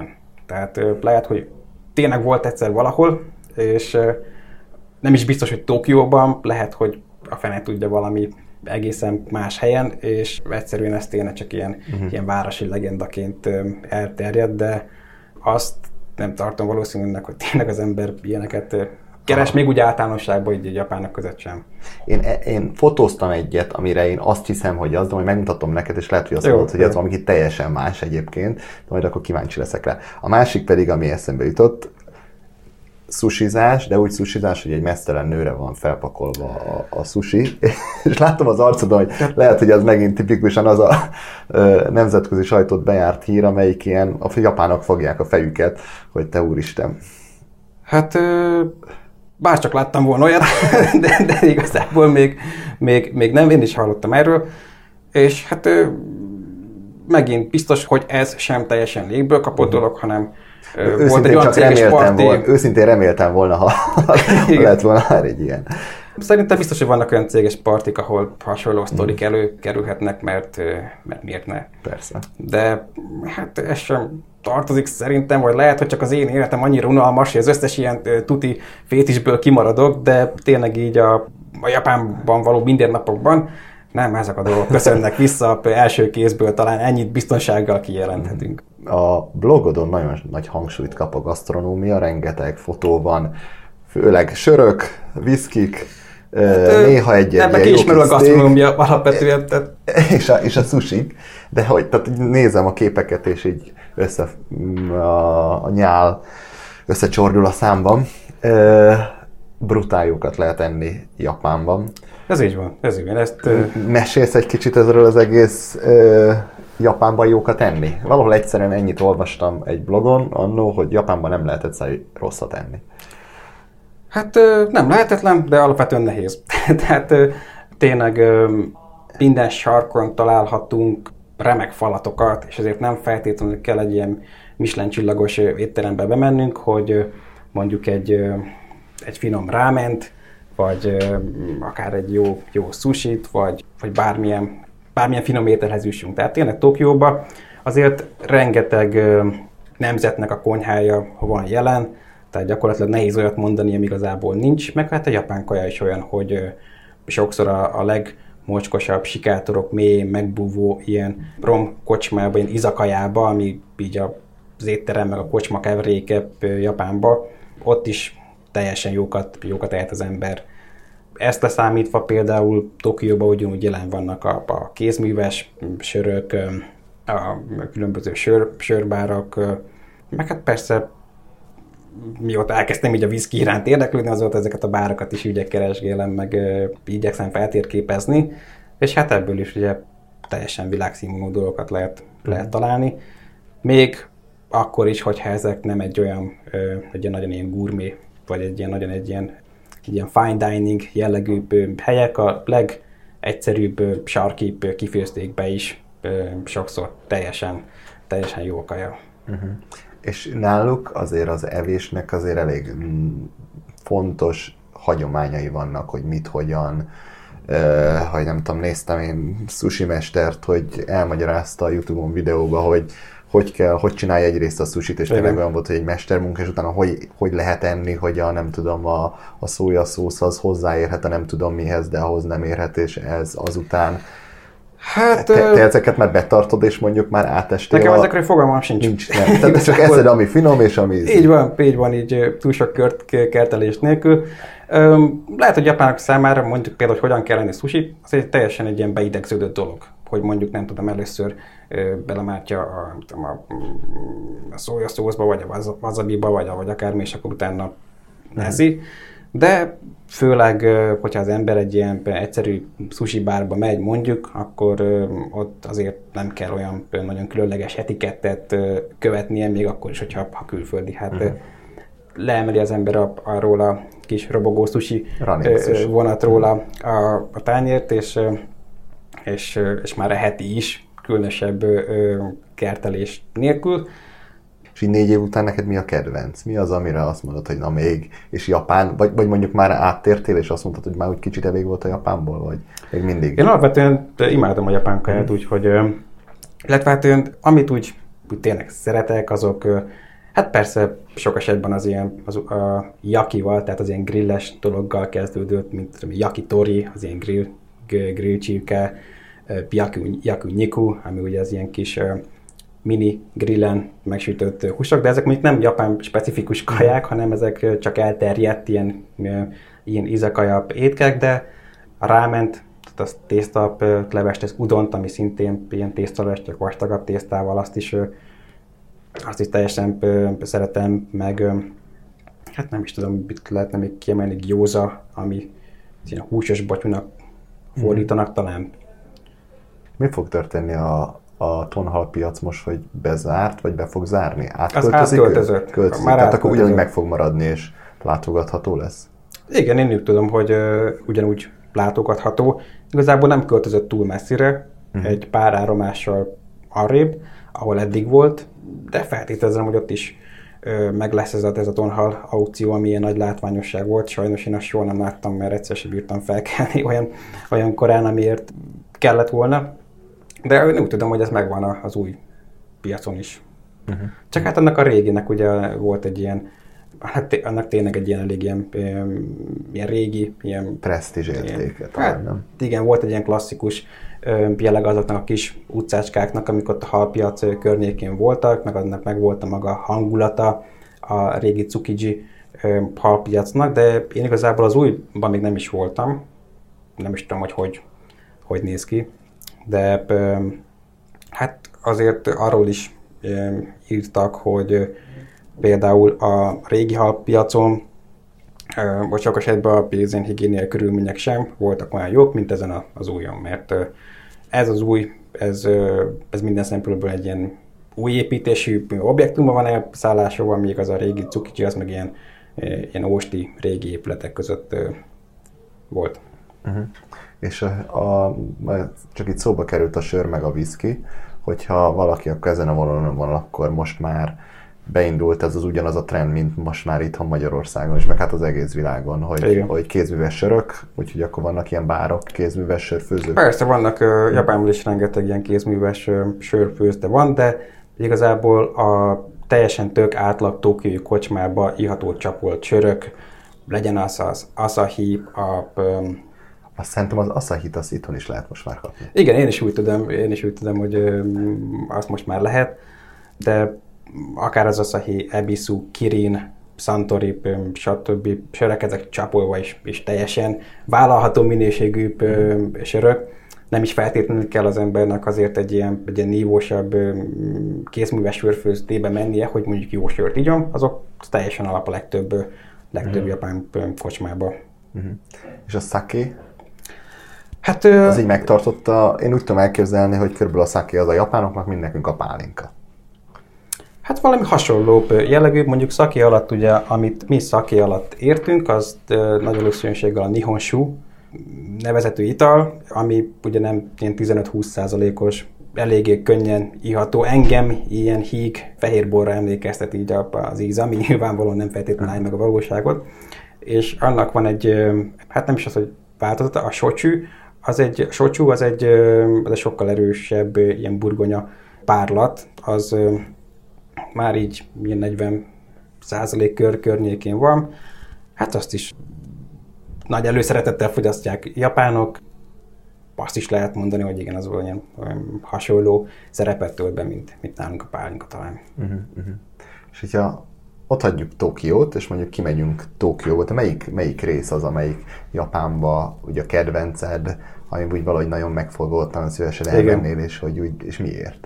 Tehát lehet, hogy tényleg volt egyszer valahol, és nem is biztos, hogy Tokióban, lehet, hogy a fene tudja valami egészen más helyen, és egyszerűen ez tényleg csak ilyen városi legendaként elterjed, de azt nem tartom valószínűleg, hogy tényleg az ember ilyeneket keres, még úgy általánosságban így Japánok között sem. Én fotóztam egyet, amire én azt hiszem, hogy az, de majd megmutatom neked, és lehet, hogy azt mondod, hogy ez valami teljesen más egyébként, de majd akkor kíváncsi leszek rá. A másik pedig, ami eszembe jutott, sushizás, de úgy sushizás, hogy egy meztelen nőre van felpakolva a sushi, és látom az arcodon, hogy lehet, hogy ez megint tipikusan az a nemzetközi sajtót bejárt hír, amelyik ilyen, a japánok fogják a fejüket, hogy te úristen. Hát bárcsak láttam volna olyat, de igazából még nem, én is hallottam erről, és hát megint biztos, hogy ez sem teljesen légből kapott dolog, hanem volt egy olyan céges parti. Őszintén reméltem volna, ha lett volna már egy ilyen. Szerintem biztos, hogy vannak olyan céges partik, ahol hasonló sztorik előkerülhetnek, mert miért ne? Persze. De hát ez sem tartozik szerintem, vagy lehet, hogy csak az én életem annyira unalmas, hogy az összes ilyen tuti fétisből kimaradok, de tényleg így a Japánban való mindennapokban nem, ezek a dolgok köszönnek vissza, első kézből talán ennyit biztonsággal kijelenthetünk. A blogodon nagyon nagy hangsúlyt kap a gasztronómia, rengeteg fotó van, főleg sörök, viszkik, néha egy ebben ki ismerül a gasztronómia alapvetően. És a sushik, de hogy tehát nézem a képeket, és így a nyál összecsordul a számban. Brutál jókat lehet enni Japánban. Ez így van. Mesélsz egy kicsit ezről az egész Japánban jókat enni? Valahol egyszerűen ennyit olvastam egy blogon annó, hogy Japánban nem lehet egyszerűen rosszat enni. Hát nem lehetetlen, de alapvetően nehéz. Tehát tényleg minden sarkon találhatunk remek falatokat, és ezért nem feltétlenül kell egy ilyen Michelin csillagos étterembe bemennünk, hogy mondjuk egy finom ráment, vagy akár egy jó sushit, vagy bármilyen finom ételhez jussunk. Tehát tényleg Tokióban azért rengeteg nemzetnek a konyhája van jelen, tehát gyakorlatilag nehéz olyat mondani, ami igazából nincs, meg hát a japán kaja is olyan, hogy sokszor a legmocskosabb sikátorok mély, megbúvó ilyen rom-kocsmába, ilyen izakajába, ami így az étterem meg a kocsma keveréke Japánba, ott is teljesen jókat ehet az ember. Ezt leszámítva például Tokióban ugyanúgy jelen vannak a kézműves sörök, a különböző sörbárak, meg hát persze mióta elkezdtem így a viszki iránt érdeklődni, azóta ezeket a bárakat is ügyek keresgélem, meg igyekszem feltérképezni, és hát ebből is ugye teljesen világszínvonalú dolgokat lehet találni. Még akkor is, hogyha ezek nem egy olyan nagyon ilyen gourmet, vagy egy ilyen fine dining jellegű helyek, a legegyszerűbb sarkibb kifőzdékbe is sokszor teljesen jó a kaja. És náluk azért az evésnek azért elég fontos hagyományai vannak, hogy mit, hogyan, hogy nem tudom, néztem én sushi mestert, hogy elmagyarázta a YouTube-on videóba, hogy csinálja egyrészt a sushit, és tényleg olyan volt, hogy egy mestermunka, és utána hogy lehet enni, hogy a szójaszósz az hozzáérhet, nem tudom mihez, de ahhoz nem érhet, és ez azután. Hát, te ezeket már betartod, és mondjuk már átestél. Nekem ezekről fogalmam sincs. Tehát csak eszed, ami finom, és ami... Így van, így túl sok kertelés nélkül. Lehet, hogy japánok számára mondjuk például, hogy hogyan kell enni sushi, az egy teljesen egy ilyen beidegződött dolog. Hogy mondjuk nem tudom, először belemártja a szójaszószba, vagy a wasabiba, vagy akármi, és akkor utána neszi. De főleg, hogyha az ember egy ilyen egyszerű sushi bárba megy mondjuk, akkor ott azért nem kell olyan nagyon különleges etikettet követnie, még akkor is, hogyha külföldi. Hát leemeli az ember arról a kis robogó sushi vonatról a tányért, és már eheti is, különösebb kertelés nélkül. És így 4 év után neked mi a kedvenc? Mi az, amire azt mondod, hogy na még, és Japán, vagy mondjuk már áttértél, és azt mondtad, hogy már úgy kicsit elég volt a Japánból, vagy még mindig? Én alapvetően imádom a japán kaját, úgyhogy, illetve hát amit úgy tényleg szeretek, azok Hát persze sok esetben az ilyen a yakival, tehát az ilyen grilles dologgal kezdődött, mint yakitori, az ilyen grill csirke, yaku-niku, ami ugye az ilyen kis mini grillen megsütött húsok, de ezek mondjuk nem japán specifikus kaják, hanem ezek csak elterjedt ilyen izakaya étkek, de a ráment, tehát az tésztalevest, ez udont, ami szintén ilyen tésztalevest, csak vastagabb tésztával, azt is teljesen szeretem, meg hát nem is tudom, mit lehetne még kiemelni, gyoza, ami ilyen húsos batyúnak fordítanak talán. Mi fog történni a tonhalpiac most, hogy bezárt, vagy be fog zárni? Átköltözik? Átköltözött. Tehát akkor ugyanúgy meg fog maradni, és látogatható lesz? Igen, én úgy tudom, hogy ugyanúgy látogatható. Igazából nem költözött túl messzire, egy pár állomással arrébb, ahol eddig volt, de feltételezem, hogy ott is meg lesz ez a tonhal aukció, ami ilyen nagy látványosság volt. Sajnos én azt soha nem láttam, mert egyszer sem bírtam felkelni olyan korán, amiért kellett volna. De én úgy tudom, hogy ez megvan az új piacon is. Csak hát annak a réginek ugye volt egy ilyen, hát annak tényleg egy ilyen elég ilyen régi, ilyen presztízs értéket. Hát, igen, volt egy ilyen klasszikus jelleg azoknak a kis utcácskáknak, amik ott a halpiac környékén voltak, meg annak meg volt a maga hangulata a régi Tsukiji halpiacnak, de én igazából az újban még nem is voltam. Nem is tudom, hogy néz ki. De hát azért arról is írtak, hogy például a régi halpiacon, vagy sok esetben a higiéniai körülmények sem voltak olyan jók, mint ezen az újon, mert ez az új, ez minden szempontból egy ilyen új építésű objektumban van elszállásolva, míg az a régi Tsukiji, az meg ilyen ósti régi épületek között volt. És csak itt szóba került a sör meg a viszki, hogyha valaki akkor ezen a vonalon van, akkor most már beindult ez az ugyanaz a trend, mint most már itthon Magyarországon is, meg hát az egész világon, hogy kézműves sörök, úgyhogy akkor vannak ilyen bárok, kézműves sörfőzők. Persze vannak, Japánból is rengeteg ilyen kézműves sörfőzde van, de igazából a teljesen tök átlag tokiói kocsmába iható csapolt sörök, legyen az Asahi, azt szerintem az Asahit azt itthon is lehet most már kapni. Igen, én is úgy tudom, hogy azt most már lehet, de akár az Asahi, Ebisu, Kirin, Suntory, stb. Sörök, ezek csapolva is teljesen vállalható minőségű sörök. Nem is feltétlenül kell az embernek azért egy ilyen nívósabb kézműves sörfőzdébe mennie, hogy mondjuk jó sört igyon, azok teljesen alap a legtöbb japán kocsmába. És a sake? Hát, az így megtartotta, én úgy tudom elképzelni, hogy körülbelül a sake az a japánoknak, mint nekünk a pálinka. Hát valami hasonló jellegű, mondjuk sake alatt ugye, amit mi sake alatt értünk, az nagy valószínűséggel a nihonshu nevezetű ital, ami ugye nem ilyen 15-20%-os, eléggé könnyen iható. Engem ilyen híg fehérborra emlékeztet így az íz, ami nyilvánvalóan nem feltétlenül állja meg a valóságot. És annak van egy, hát nem is az, hogy változata, a shochu, az egy sokkal erősebb ilyen burgonya párlat, az már így ilyen 40% környékén van. Hát azt is nagy előszeretettel fogyasztják japánok. Azt is lehet mondani, hogy igen, az olyan hasonló szerepet tölt be, mint nálunk a pálinka talán. És hogyha ott hagyjuk Tokiót, és mondjuk kimegyünk Tokióba, de melyik rész az, amelyik Japánba ugye a kedvenced, ami úgy valahogy nagyon megfogott, nagyon szívesen elmennél, és miért?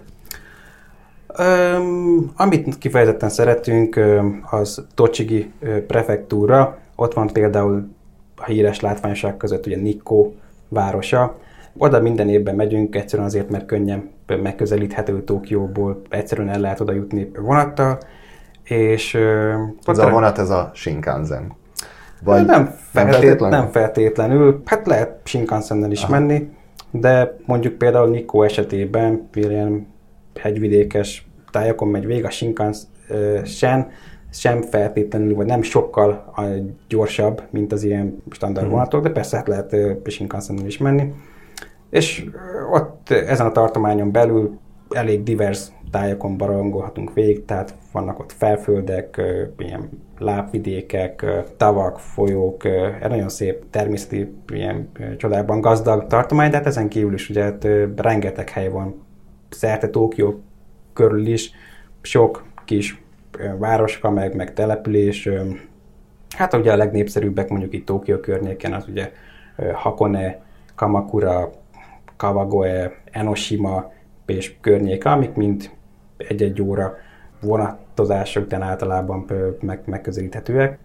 Amit kifejezetten szeretünk, az Tochigi prefektúra. Ott van például a híres látványosság között ugye Nikko városa. Oda minden évben megyünk, egyszerűen azért, mert könnyen megközelíthető Tokióból, egyszerűen el lehet oda jutni vonattal. És ez a vonat, ez a Shinkansen? Vagy nem feltétlenül. Hát lehet Shinkansennel is menni, de mondjuk például Nikko esetében ilyen hegyvidékes tájakon megy végig, a Shinkansen sem feltétlenül, vagy nem sokkal gyorsabb, mint az ilyen standard vonatok, de persze hát lehet Shinkansennel is menni. És ott ezen a tartományon belül elég divers tájakon barangolhatunk végig, tehát vannak ott felföldek, ilyen lábvidékek, tavak, folyók, egy nagyon szép természeti ilyen csodákban gazdag tartomány, de hát ezen kívül is ugye rengeteg hely van szerte Tokió körül is, sok kis városka, meg település. Hát ugye a legnépszerűbbek mondjuk itt Tokió környéken az ugye Hakone, Kamakura, Kawagoe, Enoshima és környéke, amik mind egy-egy óra vonatozások után általában megközelíthetőek.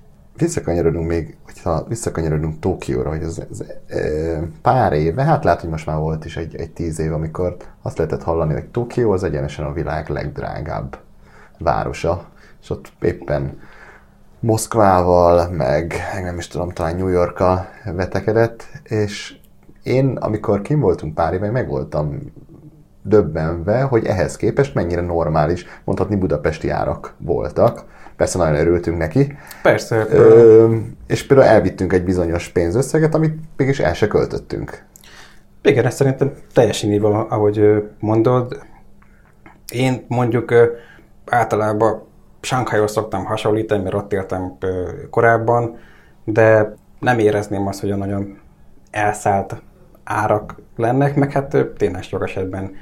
Visszakanyarodunk Tokióra, hogy ez pár éve, hát lehet, hogy most már volt is egy 10 év, amikor azt lehetett hallani, hogy Tokió az egyenesen a világ legdrágább városa, és ott éppen Moszkvával, meg nem is tudom, talán New Yorkkal vetekedett, és én, amikor kim voltunk pár éve, meg voltam döbbenve, hogy ehhez képest mennyire normális, mondhatni budapesti árak voltak. Persze nagyon örültünk neki. Persze. És például elvittünk egy bizonyos pénzösszeget, amit mégis el se költöttünk. Igen, ez szerintem teljesen így van, ahogy mondod. Én mondjuk általában Sanghajhoz szoktam hasonlítani, mert ott éltem korábban, de nem érezném azt, hogy a nagyon elszállt árak lennek, meg hát tényleg sok esetben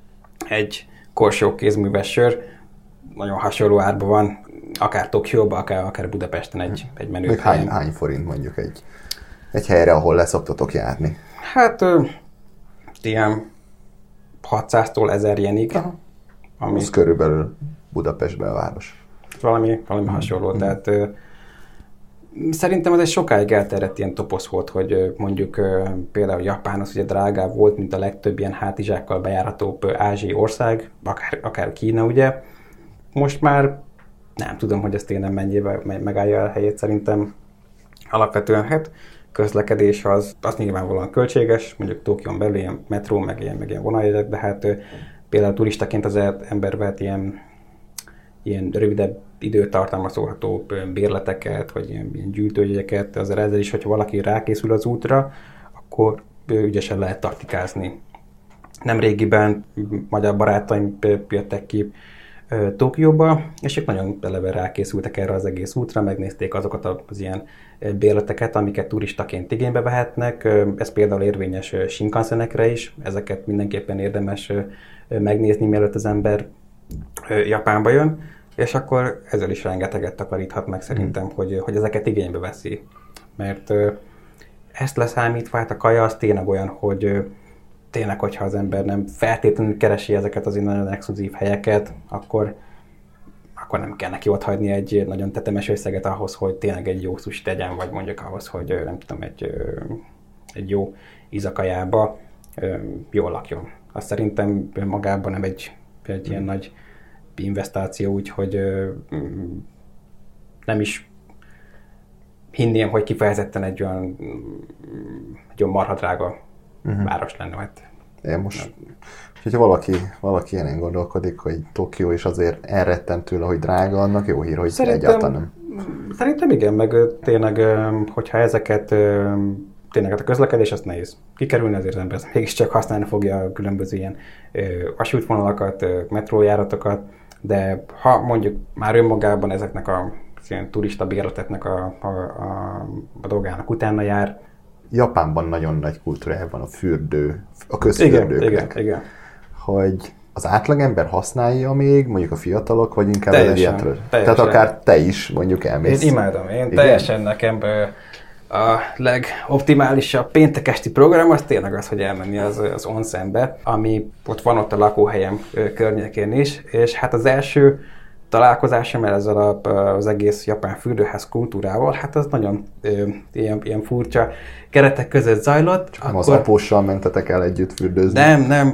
egy korsó kézműves sör nagyon hasonló árban van, akár Tokióban, akár Budapesten egy menő. Hány forint mondjuk egy helyre, ahol leszoktatok járni? Hát ilyen 600-tól 1000 jenig. Ami... Az körülbelül Budapestben a város. Valami hasonló, tehát szerintem az egy sokáig elterjedt ilyen toposz volt, hogy mondjuk például Japán az ugye drágább volt, mint a legtöbb ilyen hátizsákkal bejárhatóbb ázsiai ország, akár Kína ugye. Most már nem tudom, hogy ez tényleg mennyivel megállja a helyét, szerintem alapvetően hát közlekedés az nyilvánvalóan költséges, mondjuk Tokión belül ilyen metró, meg ilyen vonaljegyek, de hát például turistaként az ember vehet ilyen rövidebb időtartalma szólható bérleteket, vagy ilyen gyűjtőjegyeket, azért ezzel is, hogyha valaki rákészül az útra, akkor ügyesen lehet taktikázni. Nemrégiben magyar barátaim jöttek ki Tokióba, és ők nagyon eleve rákészültek erre az egész útra, megnézték azokat az ilyen bérleteket, amiket turistaként igénybe vehetnek. Ez például érvényes Shinkansenekre is, ezeket mindenképpen érdemes megnézni, mielőtt az ember Japánba jön, és akkor ezzel is rengeteget takaríthat meg szerintem, hogy ezeket igénybe veszi. Mert ezt leszámítva, hát a kaja az tényleg olyan, hogy tényleg, hogyha az ember nem feltétlenül keresi ezeket az nagyon exkluzív helyeket, akkor nem kell neki ott hagyni egy nagyon tetemes összeget ahhoz, hogy tényleg egy jó sushi tegyen, vagy mondjuk ahhoz, hogy nem tudom, egy jó izakajába jól lakjon. Azt szerintem magában nem egy ilyen nagy investáció, úgyhogy nem is hinném, hogy kifejezetten egy olyan marhadrága város lenne. Hát, én most, hogyha valaki ilyenen gondolkodik, hogy Tokió is azért elrettent tőle, hogy drága, annak jó hír, hogy egyáltalán nem. Szerintem igen, meg tényleg, hogyha ezeket tényleg a közlekedés, azt nehéz kikerülni, azért az ember mégiscsak használni fogja a különböző ilyen vasútvonalakat, metrójáratokat, de ha mondjuk már önmagában ezeknek a ilyen turista bérleteknek a dolgának utána jár. Japánban nagyon nagy kultúrája van a közfürdőknek. Igen. Hogy az átlagember használja még, mondjuk a fiatalok, vagy inkább teljesen. Tehát akár te is mondjuk elmész. Én imádom, teljesen nekem a legoptimálisabb péntek esti program az tényleg az, hogy elmenni az onsenbe, ami ott a lakóhelyem környékén is, és hát az első találkozásom ezzel az egész japán fürdőház kultúrával, hát az nagyon ilyen furcsa keretek között zajlott. Csak akkor... az apóssal mentetek el együtt fürdőzni? Nem.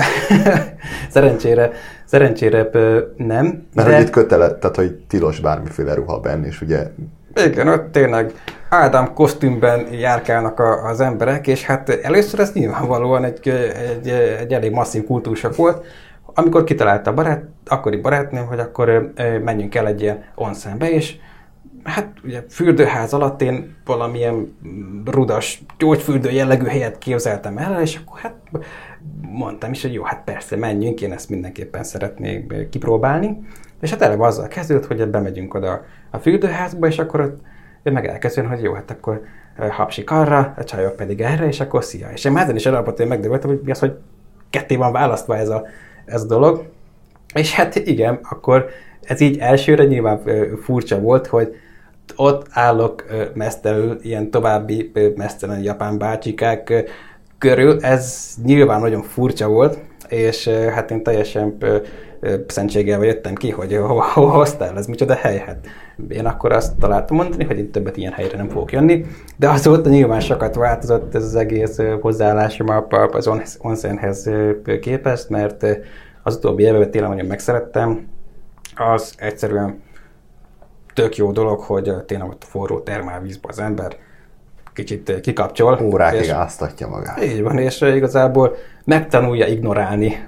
Szerencsére nem. Mert hogy itt tehát hogy tilos bármiféle ruha benn, és ugye... Igen, ott tényleg Ádám kosztümben járkálnak az emberek, és hát először ez nyilvánvalóan egy elég masszív kultúrsak volt, amikor kitalálta akkori barátnőm, hogy akkor menjünk el egy ilyen onsenbe, és Hát ugye fürdőház alatt én valamilyen rudas, gyógyfürdő jellegű helyet képzeltem el, és akkor hát mondtam is, hogy jó, hát persze, menjünk, én ezt mindenképpen szeretnék kipróbálni. És hát eleve azzal kezdődött, hogy bemegyünk oda a fürdőházba, és akkor ott meg elkezdődött, hogy jó, hát akkor hapsik arra, a csajok pedig erre, és akkor szia. És én már ezen is alapvetően megdöbböltem, hogy mi az, hogy ketté van választva ez a dolog. És hát igen, akkor ez így elsőre nyilván furcsa volt, hogy ott állok mesztelenül, ilyen további mesztelen japán bácsikák körül. Ez nyilván nagyon furcsa volt, és hát én teljesen szentséggel jöttem ki, hogy hova hoztál, ez micsoda hely. Hát én akkor azt találtam mondani, hogy én többet ilyen helyre nem fogok jönni, de azóta nyilván sokat változott ez az egész hozzáállásom az onsenhez képest, mert az utóbbi évben tényleg nagyon megszerettem. Az egyszerűen tök jó dolog, hogy tényleg ott forró termálvízbe az ember kicsit kikapcsol. Órákig áztatja magát. Így van, és igazából megtanulja ignorálni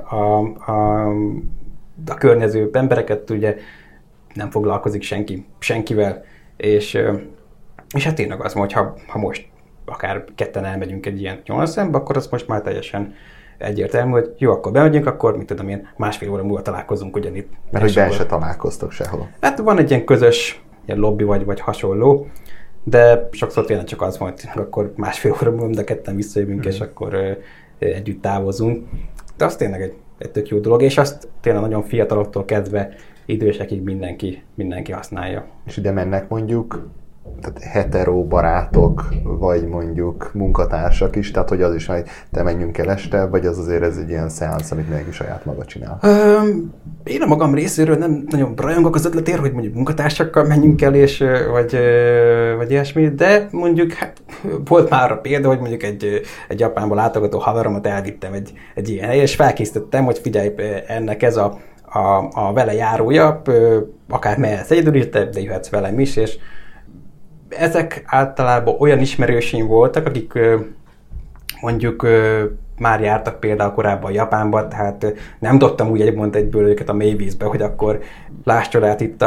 a környező embereket, ugye nem foglalkozik senkivel, és hát tényleg az, hogy ha most akár ketten elmegyünk egy ilyen onsenbe, akkor az most már teljesen egyértelmű, hogy jó, akkor bemegyünk, akkor mit tudom én, másfél óra múlva találkozunk ugyanitt. Mert hogy be se találkoztok sehol. Hát van egy ilyen közös ilyen lobby vagy hasonló, de sokszor tényleg csak az van, hogy akkor másfél óra múlva de ketten visszajövünk, és akkor együtt távozunk. De az tényleg egy tök jó dolog, és azt tényleg nagyon fiataloktól kezdve idősekig mindenki használja. És ide mennek mondjuk tehát hetero barátok, vagy mondjuk munkatársak is, tehát hogy az is, hogy te menjünk el este, vagy az azért ez egy ilyen szeánsz, amit mindenki saját maga csinál? Én a magam részéről nem nagyon rajongok az ötletért, hogy mondjuk munkatársakkal menjünk el, és, vagy ilyesmi, de mondjuk hát, volt már a példa, hogy mondjuk egy Japánból látogató haveromat elvittem egy ilyen helyre, és felkészítettem, hogy figyelj, ennek ez a vele járója, akár mehetsz egyedül is, de jöhetsz velem is, és ezek általában olyan ismerőseim voltak, akik mondjuk már jártak például korábban Japánba, tehát nem dobtam úgy egyből őket a mélyvízbe, hogy akkor láss csodát itt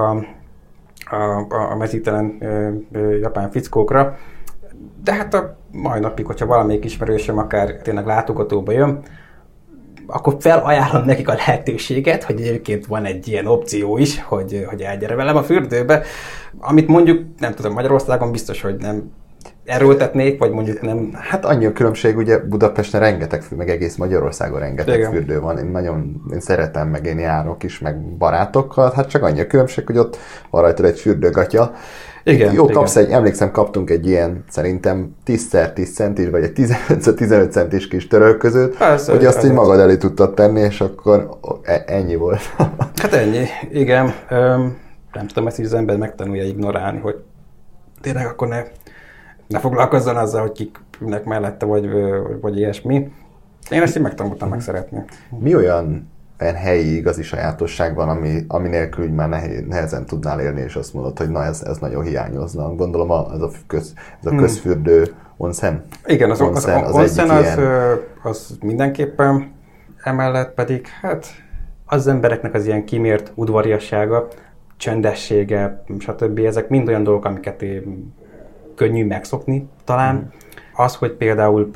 a mezítelen japán fickókra. De hát a mai napig, hogyha valamelyik ismerősöm akár tényleg látogatóba jön, akkor felajánlom nekik a lehetőséget, hogy egyébként van egy ilyen opció is, hogy elgyere velem a fürdőbe, amit mondjuk, nem tudom, Magyarországon biztos, hogy nem erőltetnék, vagy mondjuk nem... Hát annyi a különbség, ugye Budapesten rengeteg, meg egész Magyarországon rengeteg igen. Fürdő van. Én szeretem, meg én járok is, meg barátokkal, hát csak annyi a különbség, hogy ott van rajta egy fürdőgatya. Igen, jó, igen. kapsz emlékszem, kaptunk egy ilyen, szerintem 10x10 centis, vagy egy 15x15 centis kis törölközőt, persze, hogy azt így magad elé tudtad tenni, és akkor ennyi volt. Hát ennyi, igen. Nem tudom, ezt így az ember megtanulja ignorálni, hogy tényleg akkor ne foglalkozzon azzal, hogy kiknek mellette, vagy ilyesmi. Én ezt így megtanultam megszeretni. Mi olyan helyi igazi sajátosság van, ami nélkül úgy már nehezen tudnál élni, és azt mondod, hogy na ez nagyon hiányozna. Gondolom ez a közfürdő onsen. Igen, az onsen ilyen... az mindenképpen, emellett pedig hát az embereknek az ilyen kimért udvariassága, csöndessége, stb. Ezek mind olyan dolgok, amiket könnyű megszokni talán. Az, hogy például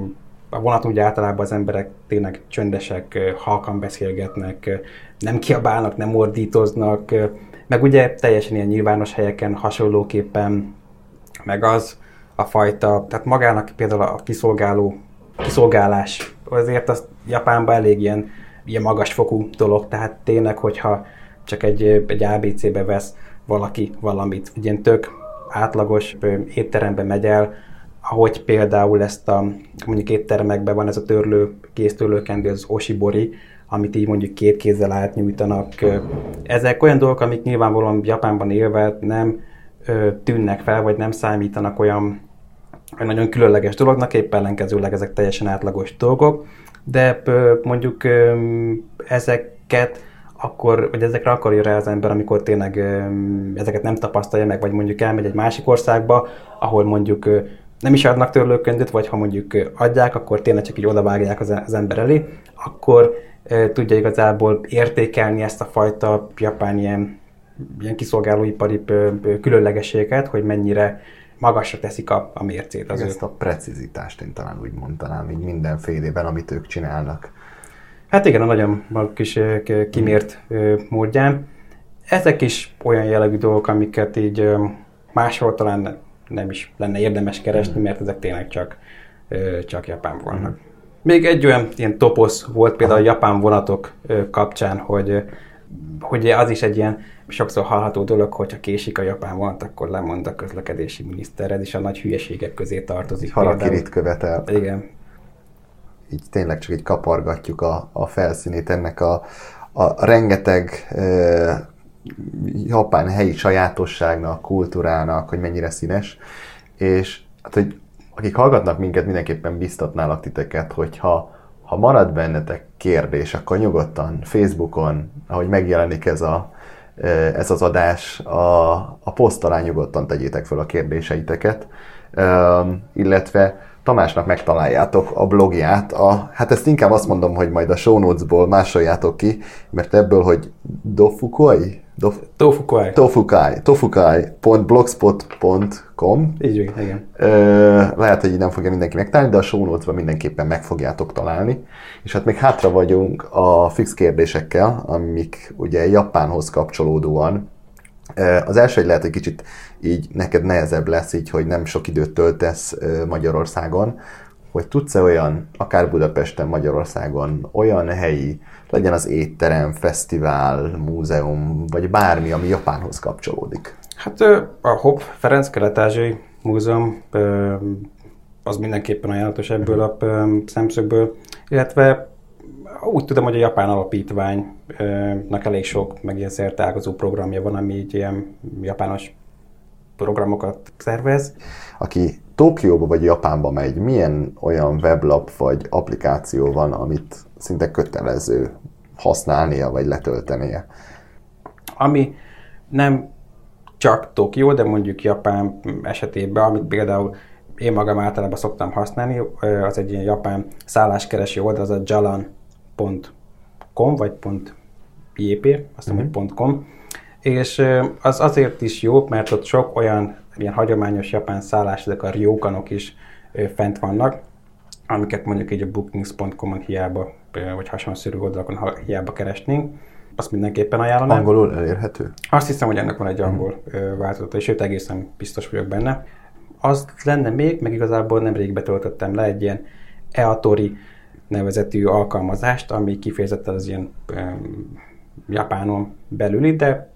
a vonaton ugye általában az emberek tényleg csöndesek, halkan beszélgetnek, nem kiabálnak, nem ordítoznak, meg ugye teljesen ilyen nyilvános helyeken hasonlóképpen, meg az a fajta, tehát magának például a kiszolgálás, azért az Japánban elég ilyen magasfokú dolog, tehát tényleg, hogyha csak egy ABC-be vesz valaki valamit, ilyen tök átlagos étterembe megy el, ahogy például ezt mondjuk éttermekben van ez a kéztörlőkendő, az oshibori, amit így mondjuk két kézzel átnyújtanak. Ezek olyan dolgok, amik nyilvánvalóan Japánban élve nem tűnnek fel, vagy nem számítanak olyan nagyon különleges dolognak, épp ellenkezőleg ezek teljesen átlagos dolgok, de mondjuk ezekre akkor jön rá az ember, amikor tényleg ezeket nem tapasztalja meg, vagy mondjuk elmegy egy másik országba, ahol mondjuk nem is adnak törlőkönyvet, vagy ha mondjuk adják, akkor tényleg csak így odavágják az ember elé, akkor tudja igazából értékelni ezt a fajta japán ilyen ilyen kiszolgálóipari különlegességet, hogy mennyire magasra teszik a mércét. Ezt a precizitást én talán úgy mondanám, így mindenfélében, amit ők csinálnak. Hát igen, a nagyon kis kimért módján. Ezek is olyan jellegű dolgok, amiket így máshol talán nem is lenne érdemes keresni, mert ezek tényleg csak Japánban vannak. Még egy olyan ilyen toposz volt például a japán vonatok kapcsán, hogy az is egy ilyen sokszor hallható dolog, hogyha késik a japán vonat, akkor lemond a közlekedési miniszter, ez is a nagy hülyeségek közé tartozik. Harakirit követel. Igen. Így tényleg csak így kapargatjuk a felszínét ennek a rengeteg japán helyi sajátosságnak, kultúrának, hogy mennyire színes, és hát, hogy akik hallgatnak minket, mindenképpen biztatnálak titeket, hogyha marad bennetek kérdés, akkor nyugodtan Facebookon, ahogy megjelenik ez az adás, a poszt alá nyugodtan tegyétek fel a kérdéseiteket, illetve Tamásnak megtaláljátok a blogját. Hát ezt inkább azt mondom, hogy majd a show notes-ból másoljátok ki, mert ebből, hogy tofukai.blogspot.com. Így igen. Lehet, hogy így nem fogja mindenki megtalálni, de a show notes-ban mindenképpen meg fogjátok találni. És hát még hátra vagyunk a fix kérdésekkel, amik ugye Japánhoz kapcsolódóan. Az első, hogy lehet, hogy kicsit így neked nehezebb lesz, így, hogy nem sok időt töltesz Magyarországon, hogy tudsz-e olyan, akár Budapesten, Magyarországon, olyan helyi, legyen az étterem, fesztivál, múzeum, vagy bármi, ami Japánhoz kapcsolódik? Hát a Hopp Ferenc Kelet-Ázsiai Múzeum az mindenképpen ajánlatos ebből a szemszögből, illetve úgy tudom, hogy a Japán Alapítványnak elég sok, meg ilyen szerteágazó programja van, ami így ilyen japános programokat szervez. Aki Tokióba vagy Japánba megy, milyen olyan weblap vagy applikáció van, amit szinte kötelező használnia vagy letöltenie? Ami nem csak Tokió, de mondjuk Japán esetében, amit például én magam általában szoktam használni, az egy ilyen japán szálláskereső oldal, az a jalan.com vagy .jp, azt hiszem, hogy .com, és az azért is jó, mert ott sok olyan ilyen hagyományos japán szállás, ezek a ryokanok is fent vannak, amiket mondjuk így a bookings.com-on hiába, vagy hasonló oldalakon hiába keresnénk. Azt mindenképpen ajánlanám. Angolul elérhető? Azt hiszem, hogy ennek van egy angol változata, és őt egészen biztos vagyok benne. Az lenne még, meg igazából nemrég betöltöttem le egy ilyen Eatori nevezetű alkalmazást, ami kifejezetten az ilyen Japánon belüli, de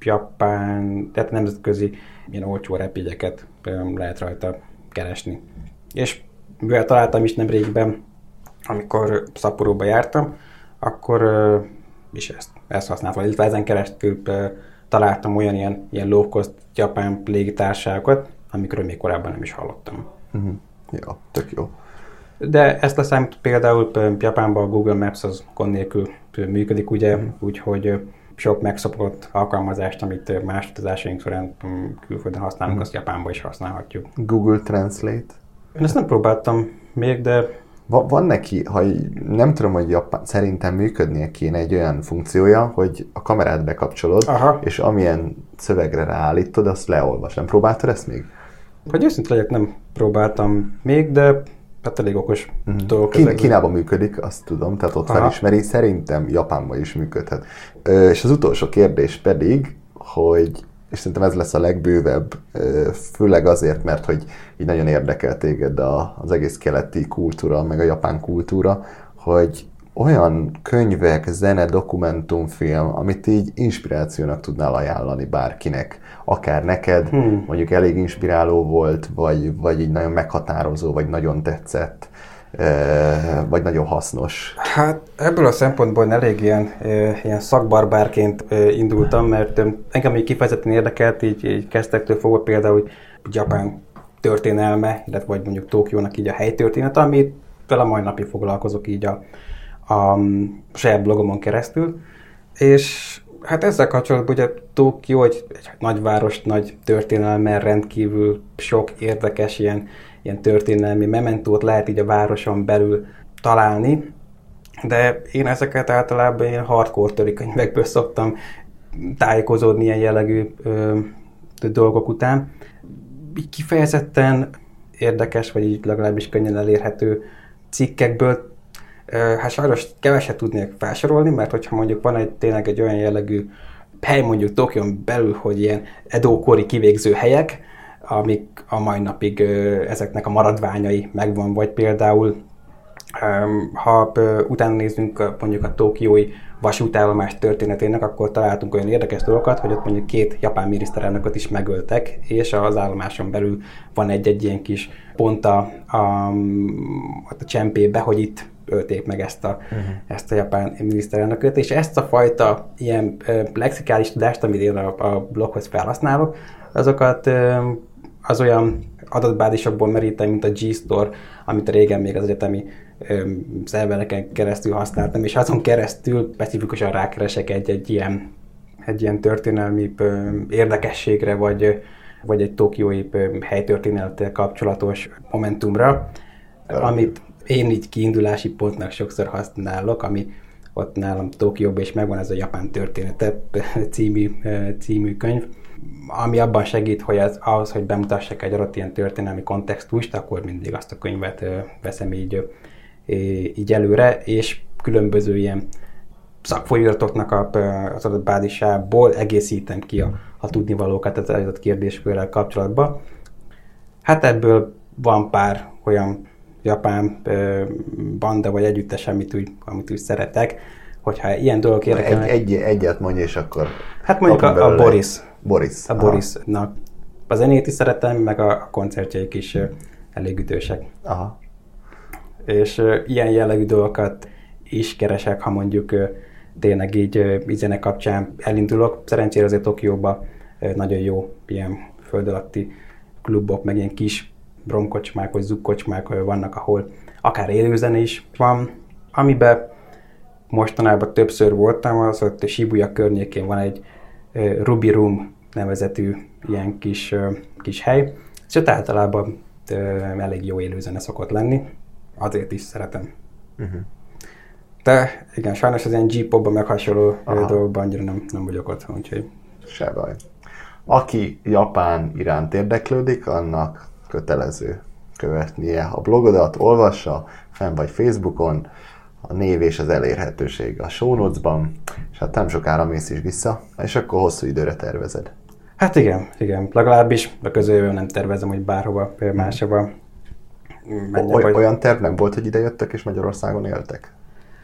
tehát nemzetközi ilyen olcsó repjegyeket lehet rajta keresni. És mivel találtam is nemrégben, amikor Szapporóba jártam, akkor is ezt használtam, illetve ezen keresztül találtam olyan ilyen low-cost japán légitársaságokat, amikről még korábban nem is hallottam. Ja, tök jó. De ezt leszámít például Japánban a Google Maps az gond nélkül működik, ugye, úgyhogy sok megszokott alkalmazást, amit más utazásaink során külföldön használunk, azt Japánban is használhatjuk. Google Translate? Én ezt nem próbáltam még, de... Van neki, nem tudom, hogy szerintem működnie kéne egy olyan funkciója, hogy a kamerát bekapcsolod, és amilyen szövegre ráállítod, azt leolvas. Nem próbáltad ezt még? Hogy őszintén legyek, nem próbáltam még, de hát elég okos dolgok. Kínában működik, azt tudom, tehát ott felismeri, szerintem Japánban is működhet. És az utolsó kérdés pedig, hogy, és szerintem ez lesz a legbővebb, főleg azért, mert hogy így nagyon érdekel téged az egész keleti kultúra, meg a japán kultúra, hogy olyan könyvek, zene, dokumentumfilm, amit így inspirációnak tudnál ajánlani bárkinek, akár neked, mondjuk elég inspiráló volt, vagy így nagyon meghatározó, vagy nagyon tetszett, vagy nagyon hasznos. Hát ebből a szempontból elég ilyen szakbarbárként indultam, mert engem így kifejezetten érdekelt, így kezdettől fogva például, hogy Japán történelme, illetve vagy mondjuk Tokiónak így a helytörténet, amit a mai napig foglalkozok így a saját blogomon keresztül, és hát ezzel kapcsolatban ugye Tokió egy nagyváros, nagy történelemmel, rendkívül sok érdekes ilyen történelmi mementót lehet így a városon belül találni, de én ezeket általában ilyen hardcore törikönyvekből szoktam tájékozódni ilyen jellegű dolgok után. Így kifejezetten érdekes, vagy így legalábbis könnyen elérhető cikkekből, hát sajnos keveset tudnék felsorolni, mert hogyha mondjuk van tényleg egy olyan jellegű hely mondjuk Tokión belül, hogy ilyen Edo-kori kivégző helyek, amik a mai napig ezeknek a maradványai megvan, vagy például ha utána nézzünk mondjuk a tokiói vasútállomás történetének, akkor találtunk olyan érdekes dolgokat, hogy ott mondjuk 2 japán miniszterelnököt is megöltek, és az állomáson belül van egy ilyen kis pont a csempébe, hogy itt ölték meg ezt a japán miniszterelnököt, és ezt a fajta ilyen lexikális tudást, amit én a bloghoz felhasználok, azokat az olyan adatbázisokból merítem, mint a G-Store, amit régen még az egyetemi szervereken keresztül használtam, és azon keresztül specifikusan rákeresek egy ilyen történelmi érdekességre, vagy egy tokiói helytörténettel kapcsolatos momentumra, amit én így kiindulási pontnak sokszor használok, ami ott nálam Tokióban is megvan, ez a Japán története című könyv, ami abban segít, hogy ahhoz, hogy bemutassak egy adott ilyen történelmi kontextust, akkor mindig azt a könyvet veszem így előre, és különböző ilyen szakfolyiratoknak az adott bázisából egészítem ki a tudnivalókat az adott kérdéskörrel kapcsolatban. Hát ebből van pár olyan japán banda vagy együttes, amit úgy szeretek, hogyha ilyen dolgok érdekelnek. Egyet mondj, és akkor... Hát mondjuk a Boris. A Aha. Borisnak. A zenét is szeretem, meg a koncertjeik is elég ütősek. Aha. És ilyen jellegű dolgokat is keresek, ha mondjuk tényleg így zene kapcsán elindulok. Szerencsére azért Tokióban nagyon jó ilyen föld alatti klubok, meg ilyen kis bromkocsmák vagy zugkocsmák vannak, ahol akár élőzene is van, amiben mostanában többször voltam, az ott Shibuya környékén van egy Ruby Room nevezetű ilyen kis hely, és ott általában elég jó élőzene szokott lenni, azért is szeretem. Uh-huh. De igen, sajnos az ilyen J-popban meg hasonló dolgokban annyira nem vagyok otthon, úgyhogy... Se baj. Aki Japán iránt érdeklődik, annak kötelező követnie a blogodat, olvassa, fenn vagy Facebookon, a név és az elérhetőség a show notes-ban, és hát nem sokára mész is vissza, és akkor hosszú időre tervezed. Hát igen, legalábbis a közeljövőben nem tervezem, hogy bárhova, máshova menjek. Olyan terv nem volt, hogy ide jöttek és Magyarországon éltek?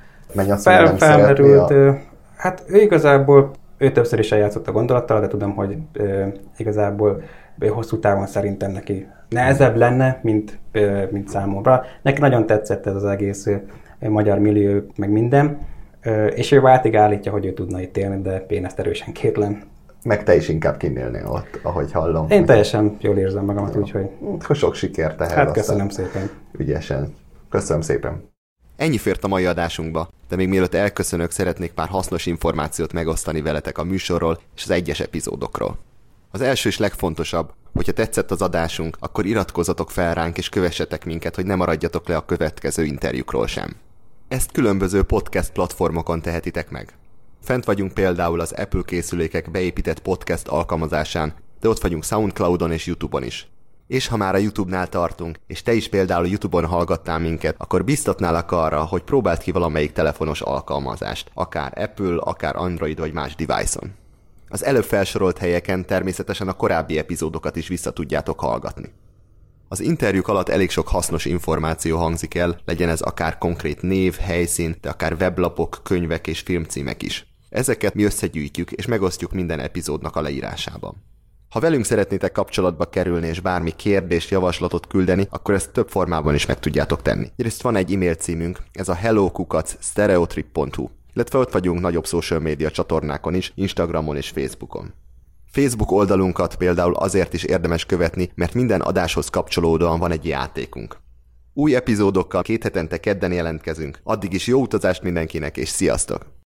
Nem felmerült, hát ő igazából, ő többször is eljátszott a gondolattal, de tudom, hogy igazából hosszú távon szerintem neki nehezebb lenne, mint számomra. Neki nagyon tetszett ez az egész magyar millió, meg minden, és ő váltig állítja, hogy ő tudna itt élni, de én ezt erősen kétlem. Meg te is inkább kinélnél ott, ahogy hallom. Én teljesen jól érzem magamat, úgyhogy... Sok sikert ehhez. Hát köszönöm szépen. Ügyesen. Köszönöm szépen. Ennyi fért a mai adásunkba, de még mielőtt elköszönök, szeretnék pár hasznos információt megosztani veletek a műsorról és az egyes epizódokról. Az első és legfontosabb, hogyha tetszett az adásunk, akkor iratkozzatok fel ránk és kövessetek minket, hogy ne maradjatok le a következő interjúkról sem. Ezt különböző podcast platformokon tehetitek meg. Fent vagyunk például az Apple készülékek beépített podcast alkalmazásán, de ott vagyunk Soundcloudon és YouTube-on is. És ha már a YouTube-nál tartunk, és te is például a YouTube-on hallgattál minket, akkor biztatnálak arra, hogy próbáld ki valamelyik telefonos alkalmazást, akár Apple, akár Android vagy más device-on. Az előbb felsorolt helyeken természetesen a korábbi epizódokat is vissza tudjátok hallgatni. Az interjúk alatt elég sok hasznos információ hangzik el, legyen ez akár konkrét név, helyszín, de akár weblapok, könyvek és filmcímek is. Ezeket mi összegyűjtjük és megosztjuk minden epizódnak a leírásában. Ha velünk szeretnétek kapcsolatba kerülni és bármi kérdést, javaslatot küldeni, akkor ezt több formában is meg tudjátok tenni. Egyrészt van egy e-mail címünk, ez a hello@stereotrip.hu, illetve ott vagyunk nagyobb social media csatornákon is, Instagramon és Facebookon. Facebook oldalunkat például azért is érdemes követni, mert minden adáshoz kapcsolódóan van egy játékunk. Új epizódokkal 2 hetente kedden jelentkezünk, addig is jó utazást mindenkinek és sziasztok!